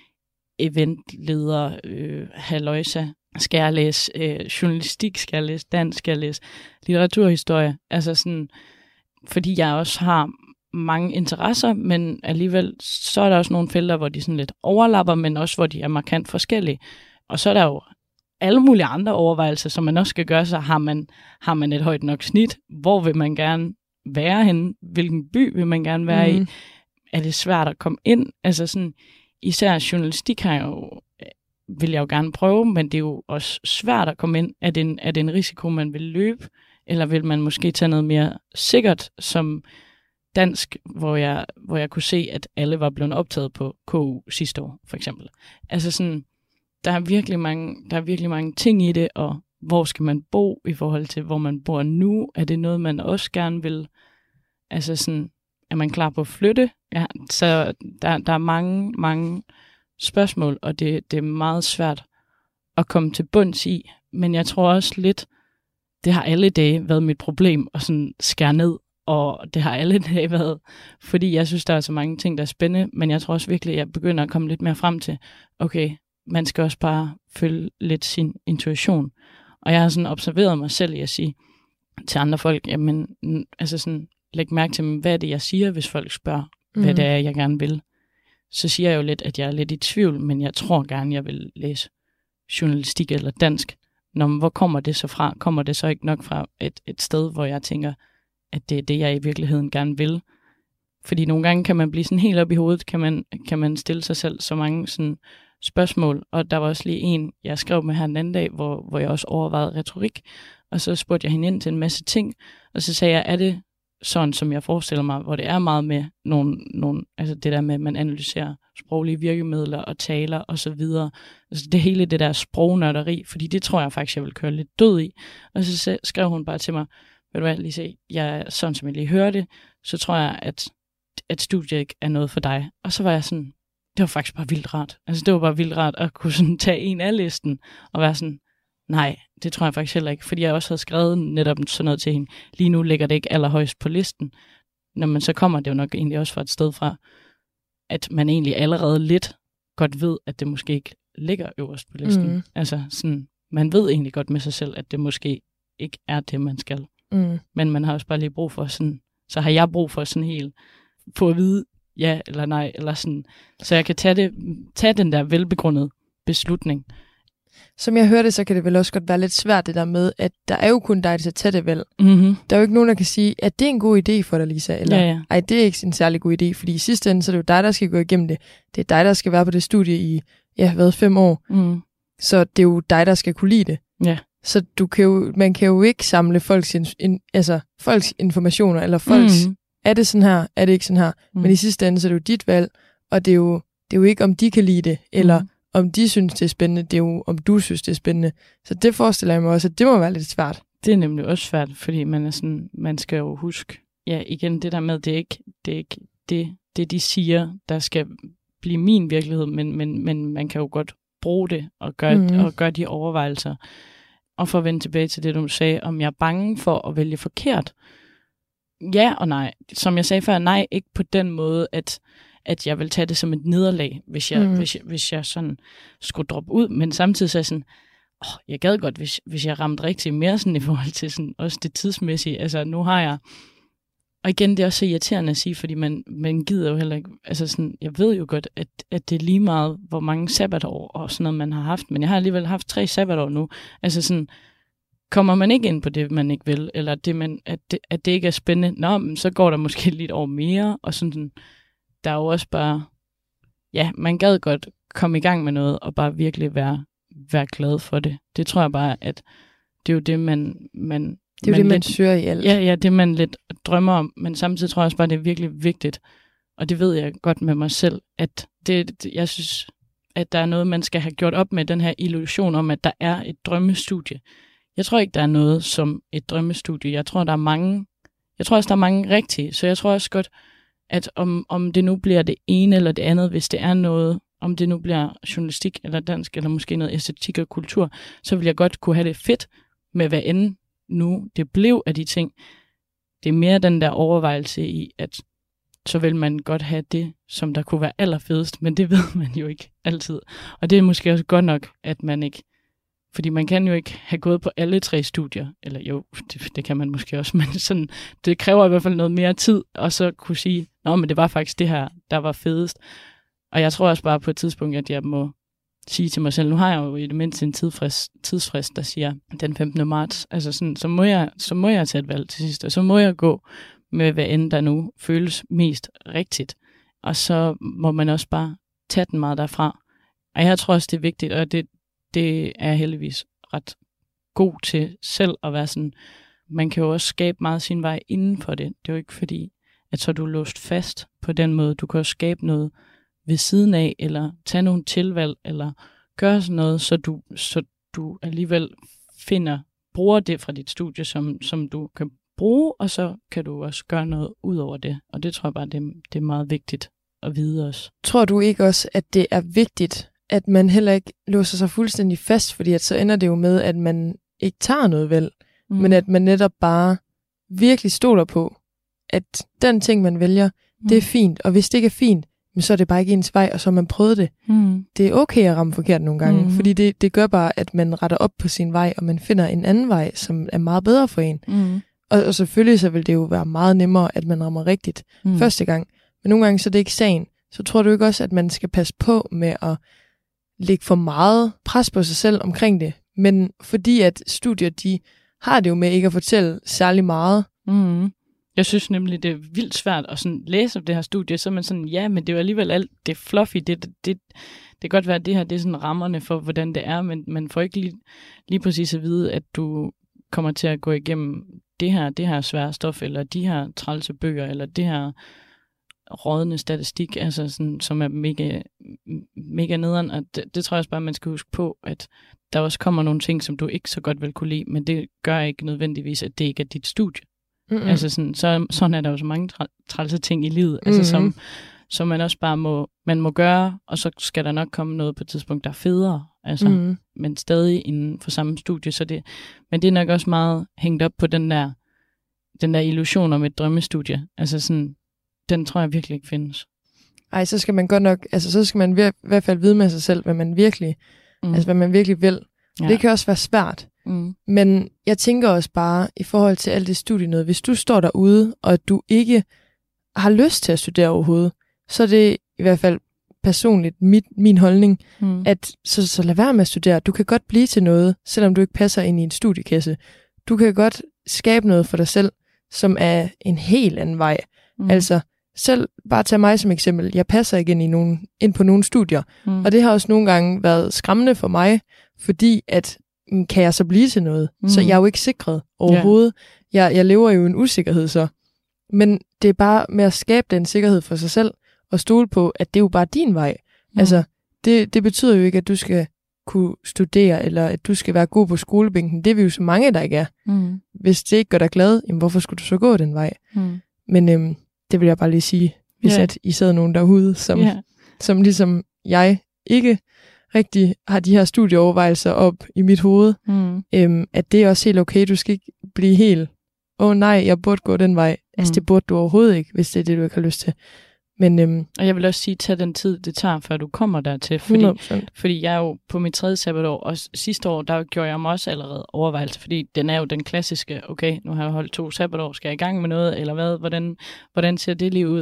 eventleder, øh, halløjsa, skal jeg læse øh, journalistik, skal jeg læse dansk, skal jeg læse litteraturhistorie, altså sådan, fordi jeg også har mange interesser, men alligevel så er der også nogle felter, hvor de sådan lidt overlapper, men også hvor de er markant forskellige. Og så er der jo alle mulige andre overvejelser, som man også skal gøre sig. Har man, har man et højt nok snit? Hvor vil man gerne være henne? Hvilken by vil man gerne være mm. i? Er det svært at komme ind? Altså sådan, især journalistik har jeg jo, vil jeg jo gerne prøve, men det er jo også svært at komme ind. Er det en, er det en risiko, man vil løbe? Eller vil man måske tage noget mere sikkert som dansk, hvor jeg, hvor jeg kunne se, at alle var blevet optaget på K U sidste år, for eksempel. Altså sådan, der er virkelig mange, der er virkelig mange ting i det, og hvor skal man bo i forhold til, hvor man bor nu? Er det noget, man også gerne vil? Altså sådan, er man klar på at flytte? Ja, så der, der er mange, mange spørgsmål, og det, det er meget svært at komme til bunds i. Men jeg tror også lidt, det har alle dage været mit problem at sådan skære ned, og det har alle dage været, fordi jeg synes, der er så mange ting, der er spændende, men jeg tror også virkelig, at jeg begynder at komme lidt mere frem til, okay, man skal også bare følge lidt sin intuition. Og jeg har sådan observeret mig selv i at sige til andre folk, jamen, altså sådan, læg mærke til, hvad er det, jeg siger, hvis folk spørger, mm. hvad det er, jeg gerne vil. Så siger jeg jo lidt, at jeg er lidt i tvivl, men jeg tror gerne, jeg vil læse journalistik eller dansk. Nå, men hvor kommer det så fra? Kommer det så ikke nok fra et, et sted, hvor jeg tænker, at det er det, jeg i virkeligheden gerne vil? Fordi nogle gange kan man blive sådan helt op i hovedet, kan man, kan man stille sig selv så mange sådan spørgsmål. Og der var også lige en, jeg skrev med her den anden dag, hvor, hvor jeg også overvejede retorik. Og så spurgte jeg hende ind til en masse ting. Og så sagde jeg, er det sådan, som jeg forestiller mig, hvor det er meget med nogle, nogle, altså det der med, at man analyserer sproglige virkemidler og taler og så videre. Altså det hele det der sprognørderi, fordi det tror jeg faktisk, jeg vil køre lidt død i. Og så skrev hun bare til mig, ved du hvad, Lise, jeg, sådan som jeg lige hørte, så tror jeg, at, at studiet ikke er noget for dig. Og så var jeg sådan, det var faktisk bare vildt rart. Altså det var bare vildt rart at kunne sådan tage en af listen og være sådan, nej, det tror jeg faktisk heller ikke, fordi jeg også havde skrevet netop sådan noget til hende. Lige nu ligger det ikke allerhøjst på listen. Når man så kommer det jo nok egentlig også fra et sted fra, at man egentlig allerede lidt godt ved, at det måske ikke ligger øverst på listen. Mm. Altså sådan, man ved egentlig godt med sig selv, at det måske ikke er det, man skal. Mm. Men man har også bare lige brug for sådan, så har jeg brug for sådan helt, få at vide ja eller nej, eller sådan, så jeg kan tage, det, tage den der velbegrundede beslutning. Som jeg hørte, så kan det vel også godt være lidt svært det der med, at der er jo kun dig, der skal tage det vel. Mm-hmm. Der er jo ikke nogen, der kan sige, at det er en god idé for dig, Lisa, eller ja, ja. ej, det er ikke en særlig god idé, fordi i sidste ende, så er det jo dig, der skal gå igennem det. Det er dig, der skal være på det studie i, ja, hvad, fem år. Mm. Så det er jo dig, der skal kunne lide det. Ja. Så du kan jo, man kan jo ikke samle folks, in, altså, folks informationer, eller folks, mm. er det sådan her, er det ikke sådan her. Mm. Men i sidste ende, så er det jo dit valg, og det er jo, det er jo ikke, om de kan lide det, eller mm. om de synes, det er spændende, det er jo, om du synes, det er spændende. Så det forestiller jeg mig også, at det må være lidt svært. Det er nemlig også svært, fordi man er sådan, man skal jo huske, ja, igen, det der med, det er ikke det, er ikke det, det de siger, der skal blive min virkelighed, men, men, men man kan jo godt bruge det, og gøre, mm. og gøre de overvejelser. Og for at vende tilbage til det, du sagde, om jeg er bange for at vælge forkert. Ja og nej. Som jeg sagde før, nej, ikke på den måde, at at jeg vil tage det som et nederlag, hvis jeg, mm. hvis jeg, hvis jeg sådan skulle droppe ud. Men samtidig så er jeg sådan, åh, jeg gad godt, hvis, hvis jeg ramte rigtig mere sådan i forhold til sådan, også det tidsmæssige. Altså nu har jeg, og igen, det er også så irriterende at sige, fordi man, man gider jo heller ikke, altså sådan, jeg ved jo godt, at, at det er lige meget, hvor mange sabbatår og sådan noget, man har haft, men jeg har alligevel haft tre sabbatår nu. Altså sådan, kommer man ikke ind på det, man ikke vil, eller det, man, at, det, at det ikke er spændende, nå, men så går der måske lidt over mere, og sådan sådan, der er jo også bare, ja, man gad godt komme i gang med noget, og bare virkelig være, være glad for det. Det tror jeg bare, at det er jo det, man... man det er jo man det, man lidt, søger i alt. Ja, ja, det man lidt drømmer om, men samtidig tror jeg også bare, det er virkelig vigtigt, og det ved jeg godt med mig selv, at det, det, jeg synes, at der er noget, man skal have gjort op med, den her illusion om, at der er et drømmestudie. Jeg tror ikke, der er noget som et drømmestudie. Jeg tror, der er mange, jeg tror også, der er mange rigtige, så jeg tror også godt, at om, om det nu bliver det ene eller det andet, hvis det er noget, om det nu bliver journalistik eller dansk, eller måske noget æstetik og kultur, så vil jeg godt kunne have det fedt med, hvad end nu det blev af de ting. Det er mere den der overvejelse i, at så vil man godt have det, som der kunne være allerfedest, men det ved man jo ikke altid. Og det er måske også godt nok, at man ikke, fordi man kan jo ikke have gået på alle tre studier, eller jo, det, det kan man måske også, men sådan, det kræver i hvert fald noget mere tid, og så kunne sige, nå, men det var faktisk det her, der var fedest. Og jeg tror også bare på et tidspunkt, at jeg må, sige til mig selv, nu har jeg jo i det mindste en tidsfrist, tidsfrist der siger den femtende marts, altså sådan, så må jeg, så må jeg tage et valg til sidst, og så må jeg gå med hvad end der nu føles mest rigtigt. Og så må man også bare tage den meget derfra. Og jeg tror også, det er vigtigt, og det, det er jeg heldigvis ret god til selv at være sådan, man kan jo også skabe meget sin vej inden for det. Det er jo ikke fordi, at så er du låst fast på den måde. Du kan også skabe noget ved siden af, eller tage nogle tilvalg, eller gøre sådan noget, så du, så du alligevel finder, bruger det fra dit studie, som, som du kan bruge, og så kan du også gøre noget ud over det. Og det tror jeg bare, det, det er meget vigtigt at vide også. Tror du ikke også, at det er vigtigt, at man heller ikke låser sig fuldstændig fast, fordi at så ender det jo med, at man ikke tager noget valg, mm. men at man netop bare virkelig stoler på, at den ting, man vælger, mm. det er fint, og hvis det ikke er fint, så er det bare ikke ens vej, og så har man prøvet det. Mm. Det er okay at ramme forkert nogle gange, mm. fordi det, det gør bare, at man retter op på sin vej, og man finder en anden vej, som er meget bedre for en. Mm. Og, og selvfølgelig så vil det jo være meget nemmere, at man rammer rigtigt mm. første gang, men nogle gange så er det ikke sagen. Så tror du ikke også, at man skal passe på med at lægge for meget pres på sig selv omkring det, men fordi at studier, de har det jo med ikke at fortælle særlig meget. Mm. Jeg synes nemlig, det er vildt svært at sådan læse om det her studie, så er man sådan, ja, men det er jo alligevel alt det er fluffy, det, det, det, det kan godt være, at det her det er sådan rammerne for, hvordan det er, men man får ikke lige, lige præcis at vide, at du kommer til at gå igennem det her, det her svære stof, eller de her trælse bøger, eller det her rådende statistik, altså sådan, som er mega, mega nederen, og det, det tror jeg også bare, man skal huske på, at der også kommer nogle ting, som du ikke så godt vil kunne lide, men det gør ikke nødvendigvis, at det ikke er dit studie. Mm-hmm. Altså sådan, så, sådan er der jo så mange trælse ting i livet, altså mm-hmm. som, som man også bare må, man må gøre, og så skal der nok komme noget på et tidspunkt, der er federe, altså, mm-hmm. men stadig inden for samme studie, så det, men det er nok også meget hængt op på den der, den der illusion om et drømmestudie, altså sådan, den tror jeg virkelig ikke findes. Ej, så skal man godt nok, altså så skal man vir- i hvert fald vide med sig selv, hvad man virkelig, mm. altså hvad man virkelig vil. Ja. Det kan også være svært. Mm. Men jeg tænker også bare, i forhold til alt det studie noget, hvis du står derude, og du ikke har lyst til at studere overhovedet, så er det i hvert fald personligt mit, min holdning, mm. at så, så lad være med at studere. Du kan godt blive til noget, selvom du ikke passer ind i en studiekasse. Du kan godt skabe noget for dig selv, som er en helt anden vej. Mm. Altså, selv bare tage mig som eksempel. Jeg passer ikke ind, i nogen, ind på nogle studier. Mm. Og det har også nogle gange været skræmmende for mig, fordi at kan jeg så blive til noget? Mm. Så jeg er jo ikke sikret overhovedet. Yeah. Jeg, jeg lever jo i en usikkerhed så. Men det er bare med at skabe den sikkerhed for sig selv, og stole på, at det er jo bare din vej. Mm. Altså, det, det betyder jo ikke, at du skal kunne studere, eller at du skal være god på skolebænken. Det er vi jo så mange, der ikke er. Mm. Hvis det ikke gør dig glad, jamen hvorfor skulle du så gå den vej? Mm. Men øhm, det vil jeg bare lige sige, hvis yeah. at I sidder nogen derude, som, yeah. som ligesom jeg ikke rigtig har de her studieovervejelser op i mit hoved, mm. øhm, at det er også helt okay. Du skal ikke blive helt, åh oh, nej, jeg burde gå den vej. Mm. Altså det burde du overhovedet ikke, hvis det er det, du ikke har lyst til. Men, øhm, og jeg vil også sige, tag den tid, det tager, før du kommer dertil. Fordi, fordi jeg er jo på mit tredje sabbatår, og sidste år, der gjorde jeg mig også allerede overvejelser, fordi den er jo den klassiske, okay, nu har jeg holdt to sabbatår, skal jeg i gang med noget, eller hvad, hvordan, hvordan ser det lige ud?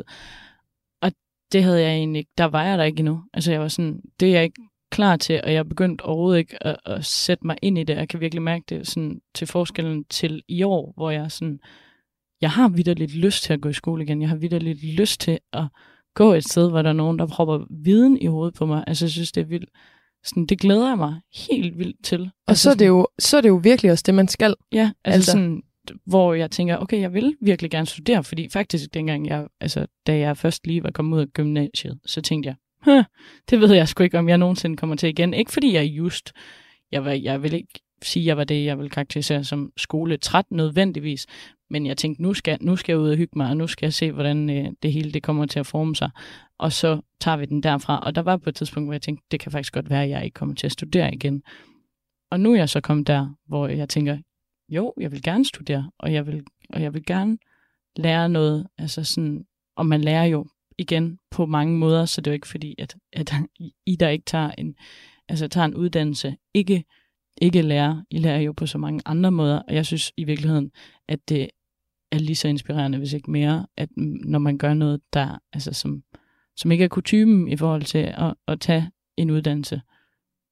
Og det havde jeg egentlig ikke, der var jeg der ikke endnu. Altså jeg var sådan, det er jeg ikke klar til, og jeg begyndte overhovedet ikke at, at sætte mig ind i det. Jeg kan virkelig mærke det sådan, til forskellen til i år, hvor jeg sådan, jeg har vitterligt lyst til at gå i skole igen. Jeg har vitterligt lyst til at gå et sted, hvor der er nogen, der propper viden i hovedet på mig. Altså, jeg synes, det er vildt. Sådan, det glæder jeg mig helt vildt til. Og altså, så, er det jo, så er det jo virkelig også det, man skal. Ja, altså, altså. Sådan, hvor jeg tænker, okay, jeg vil virkelig gerne studere, fordi faktisk dengang jeg, altså, da jeg først lige var kommet ud af gymnasiet, så tænkte jeg, det ved jeg sgu ikke, om jeg nogensinde kommer til igen. Ikke fordi jeg just, jeg, var, jeg vil ikke sige, at jeg var det, jeg vil karakterisere som skoletræt nødvendigvis, men jeg tænkte, nu skal, nu skal jeg ud og hygge mig, og nu skal jeg se, hvordan øh, det hele det kommer til at forme sig. Og så tager vi den derfra. Og der var på et tidspunkt, hvor jeg tænkte, det kan faktisk godt være, at jeg ikke kommer til at studere igen. Og nu er jeg så kommet der, hvor jeg tænker, jo, jeg vil gerne studere, og jeg vil, og jeg vil gerne lære noget. Altså sådan, og man lærer jo igen på mange måder, så det er jo ikke fordi, at, at I der ikke tager en, altså tager en uddannelse, ikke, ikke lærer. I lærer jo på så mange andre måder, og jeg synes i virkeligheden, at det er lige så inspirerende, hvis ikke mere, at når man gør noget, der, altså som, som ikke er kutymen i forhold til at, at tage en uddannelse,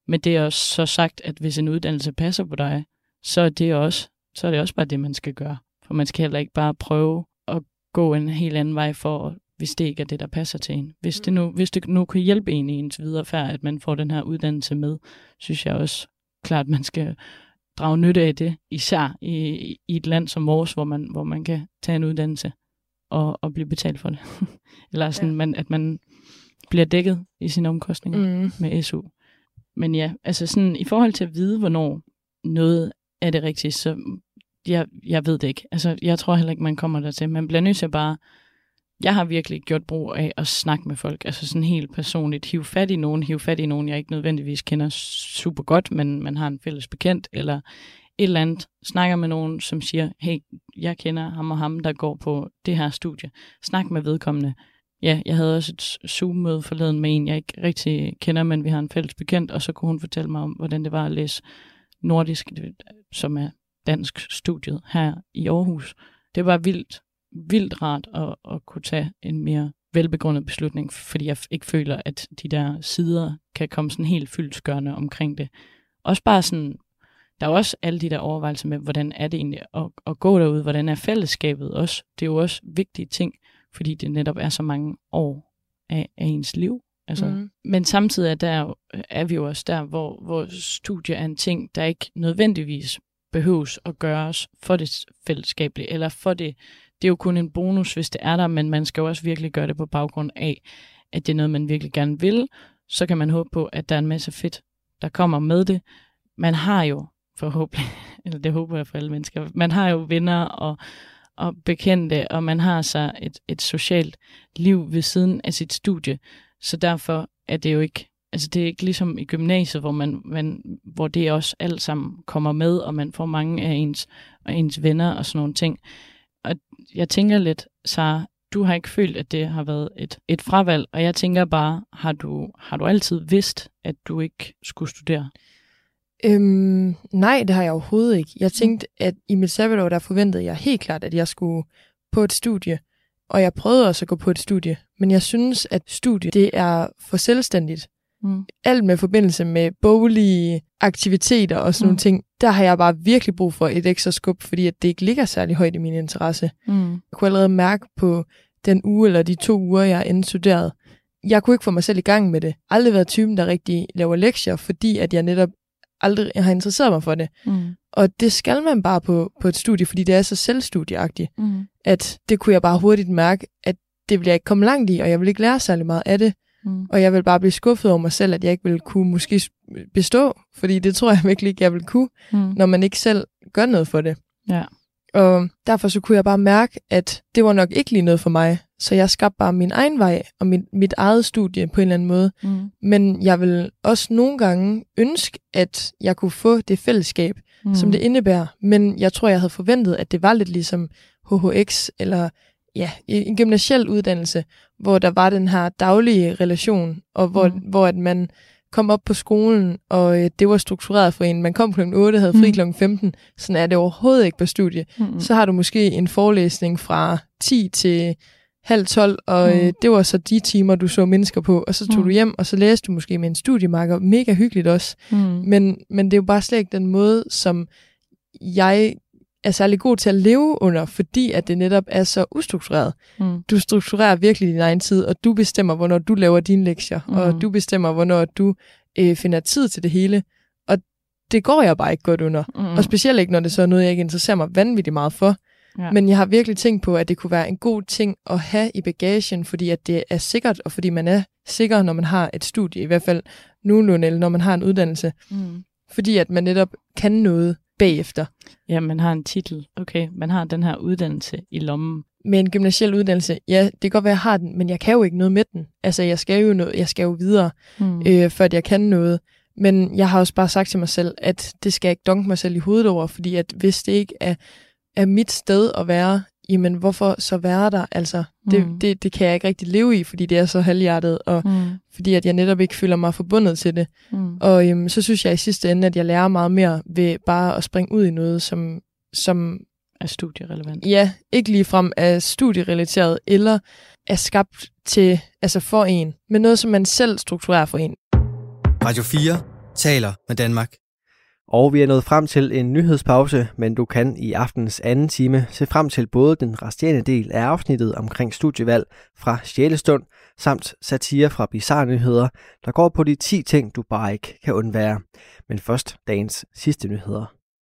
Men det er også så sagt, at hvis en uddannelse passer på dig, så er det også, så er det også bare det, man skal gøre. For man skal heller ikke bare prøve at gå en helt anden vej for, hvis det ikke er det, der passer til en. Hvis det nu, hvis det nu kan hjælpe en i ens videre færd, at man får den her uddannelse med, synes jeg også klart, at man skal drage nytte af det, især i, i et land som vores, hvor man, hvor man kan tage en uddannelse og, og blive betalt for det. Eller sådan, ja. man, at man bliver dækket i sine omkostninger mm. med S U. Men ja, altså sådan, i forhold til at vide, hvornår noget er det rigtige, så jeg, jeg ved det ikke. Altså, jeg tror heller ikke, man kommer dertil. Man bliver nødt til at bare... Jeg har virkelig gjort brug af at snakke med folk, altså sådan helt personligt. Hive fat i nogen, hive fat i nogen, jeg ikke nødvendigvis kender super godt, men man har en fælles bekendt, eller et eller andet. Snakker med nogen, som siger, hey, jeg kender ham og ham, der går på det her studie. Snak med vedkommende. Ja, jeg havde også et Zoom-møde forleden med en, jeg ikke rigtig kender, men vi har en fælles bekendt, og så kunne hun fortælle mig om, hvordan det var at læse nordisk, som er dansk studiet her i Aarhus. Det var vildt, vildt rart at, at kunne tage en mere velbegrundet beslutning, fordi jeg ikke føler, at de der sider kan komme sådan helt fyldestgørende omkring det. Også bare sådan, der er også alle de der overvejelser med, hvordan er det egentlig at, at gå derude, hvordan er fællesskabet også. Det er jo også vigtige ting, fordi det netop er så mange år af, af ens liv. Altså, mm. Men samtidig er, der, er vi jo også der, hvor, hvor studie er en ting, der ikke nødvendigvis behøves at gøres for det fællesskabelige, eller for det. Det er jo kun en bonus, hvis det er der, men man skal jo også virkelig gøre det på baggrund af, at det er noget, man virkelig gerne vil. Så kan man håbe på, at der er en masse fedt, der kommer med det. Man har jo forhåbentlig, eller det håber jeg for alle mennesker, man har jo venner og, og bekendte, og man har så et, et socialt liv ved siden af sit studie. Så derfor er det jo ikke, altså det er ikke ligesom i gymnasiet, hvor, man, man, hvor det også alt sammen kommer med, og man får mange af ens, af ens venner og sådan nogle ting. Og jeg tænker lidt, Sara, du har ikke følt, at det har været et, et fravalg, og jeg tænker bare, har du, har du altid vidst, at du ikke skulle studere? Øhm, nej, det har jeg overhovedet ikke. Jeg tænkte, at i mit sabbatår, der forventede jeg helt klart, at jeg skulle på et studie, og jeg prøvede også at gå på et studie, men jeg synes, at studie, det er for selvstændigt. Mm. Alt med forbindelse med boglige aktiviteter og sådan mm. nogle ting, der har jeg bare virkelig brug for et ekstra skub, fordi at det ikke ligger særlig højt i min interesse. Mm. Jeg kunne allerede mærke på den uge eller de to uger, jeg endte studeret. Jeg kunne ikke få mig selv i gang med det. Aldrig været typen, der rigtig laver lektier, fordi at jeg netop aldrig har interesseret mig for det. Mm. Og det skal man bare på, på et studie, fordi det er så selvstudieagtigt, mm. at det kunne jeg bare hurtigt mærke, at det vil jeg ikke komme langt i, og jeg vil ikke lære særlig meget af det. Mm. Og jeg vil bare blive skuffet over mig selv, at jeg ikke vil kunne måske bestå, fordi det tror jeg virkelig ikke, jeg vil kunne, mm. når man ikke selv gør noget for det. Ja. Og derfor så kunne jeg bare mærke, at det var nok ikke lige noget for mig, så jeg skabte bare min egen vej og mit, mit eget studie på en eller anden måde. Mm. Men jeg vil også nogle gange ønske, at jeg kunne få det fællesskab, mm. som det indebærer. Men jeg tror, jeg havde forventet, at det var lidt ligesom H H X eller ja, en gymnasiel uddannelse, hvor der var den her daglige relation, og hvor, mm. hvor at man kom op på skolen, og øh, det var struktureret for en. Man kom klokken otte, havde fri mm. klokken femten. Sådan er det overhovedet ikke på studie. Mm. Så har du måske en forelæsning fra ti til halv tolv, og øh, mm. det var så de timer, du så mennesker på, og så tog mm. du hjem, og så læste du måske med en studiemarker. Mega hyggeligt også. Mm. Men, men det er jo bare slet ikke den måde, som jeg er særlig god til at leve under, fordi at det netop er så ustruktureret. Mm. Du strukturerer virkelig din egen tid, og du bestemmer, hvornår du laver dine lektier, mm. og du bestemmer, hvornår du øh, finder tid til det hele. Og det går jeg bare ikke godt under. Mm. Og specielt ikke, når det så er noget, jeg ikke interesserer mig vanvittigt meget for. Ja. Men jeg har virkelig tænkt på, at det kunne være en god ting at have i bagagen, fordi at det er sikkert, og fordi man er sikker, når man har et studie, i hvert fald nogenlunde, eller når man har en uddannelse. Mm. Fordi at man netop kan noget bagefter. Ja, man har en titel. Okay, man har den her uddannelse i lommen. Med en gymnasiel uddannelse, ja, det kan godt være, at jeg har den, men jeg kan jo ikke noget med den. Altså, jeg skal jo, noget, jeg skal jo videre, mm. øh, før jeg kan noget. Men jeg har også bare sagt til mig selv, at det skal jeg ikke dunke mig selv i hovedet over, fordi at hvis det ikke er, er mit sted at være, jamen hvorfor så være der? Altså, det, mm. det, det kan jeg ikke rigtig leve i, fordi det er så halvhjertet, og mm. fordi at jeg netop ikke føler mig forbundet til det. Mm. Og øhm, så synes jeg i sidste ende, at jeg lærer meget mere ved bare at springe ud i noget, som, som er studierelevant. Ja, ikke ligefrem er studierelateret, eller er skabt til, altså for en, men noget, som man selv strukturerer for en. Radio fire taler med Danmark. Og vi er nået frem til en nyhedspause, men du kan i aftens anden time se frem til både den resterende del af afsnittet omkring studievalg fra Sjælestund, samt satire fra Bizarre Nyheder, der går på de ti ting, du bare ikke kan undvære. Men først dagens sidste nyheder.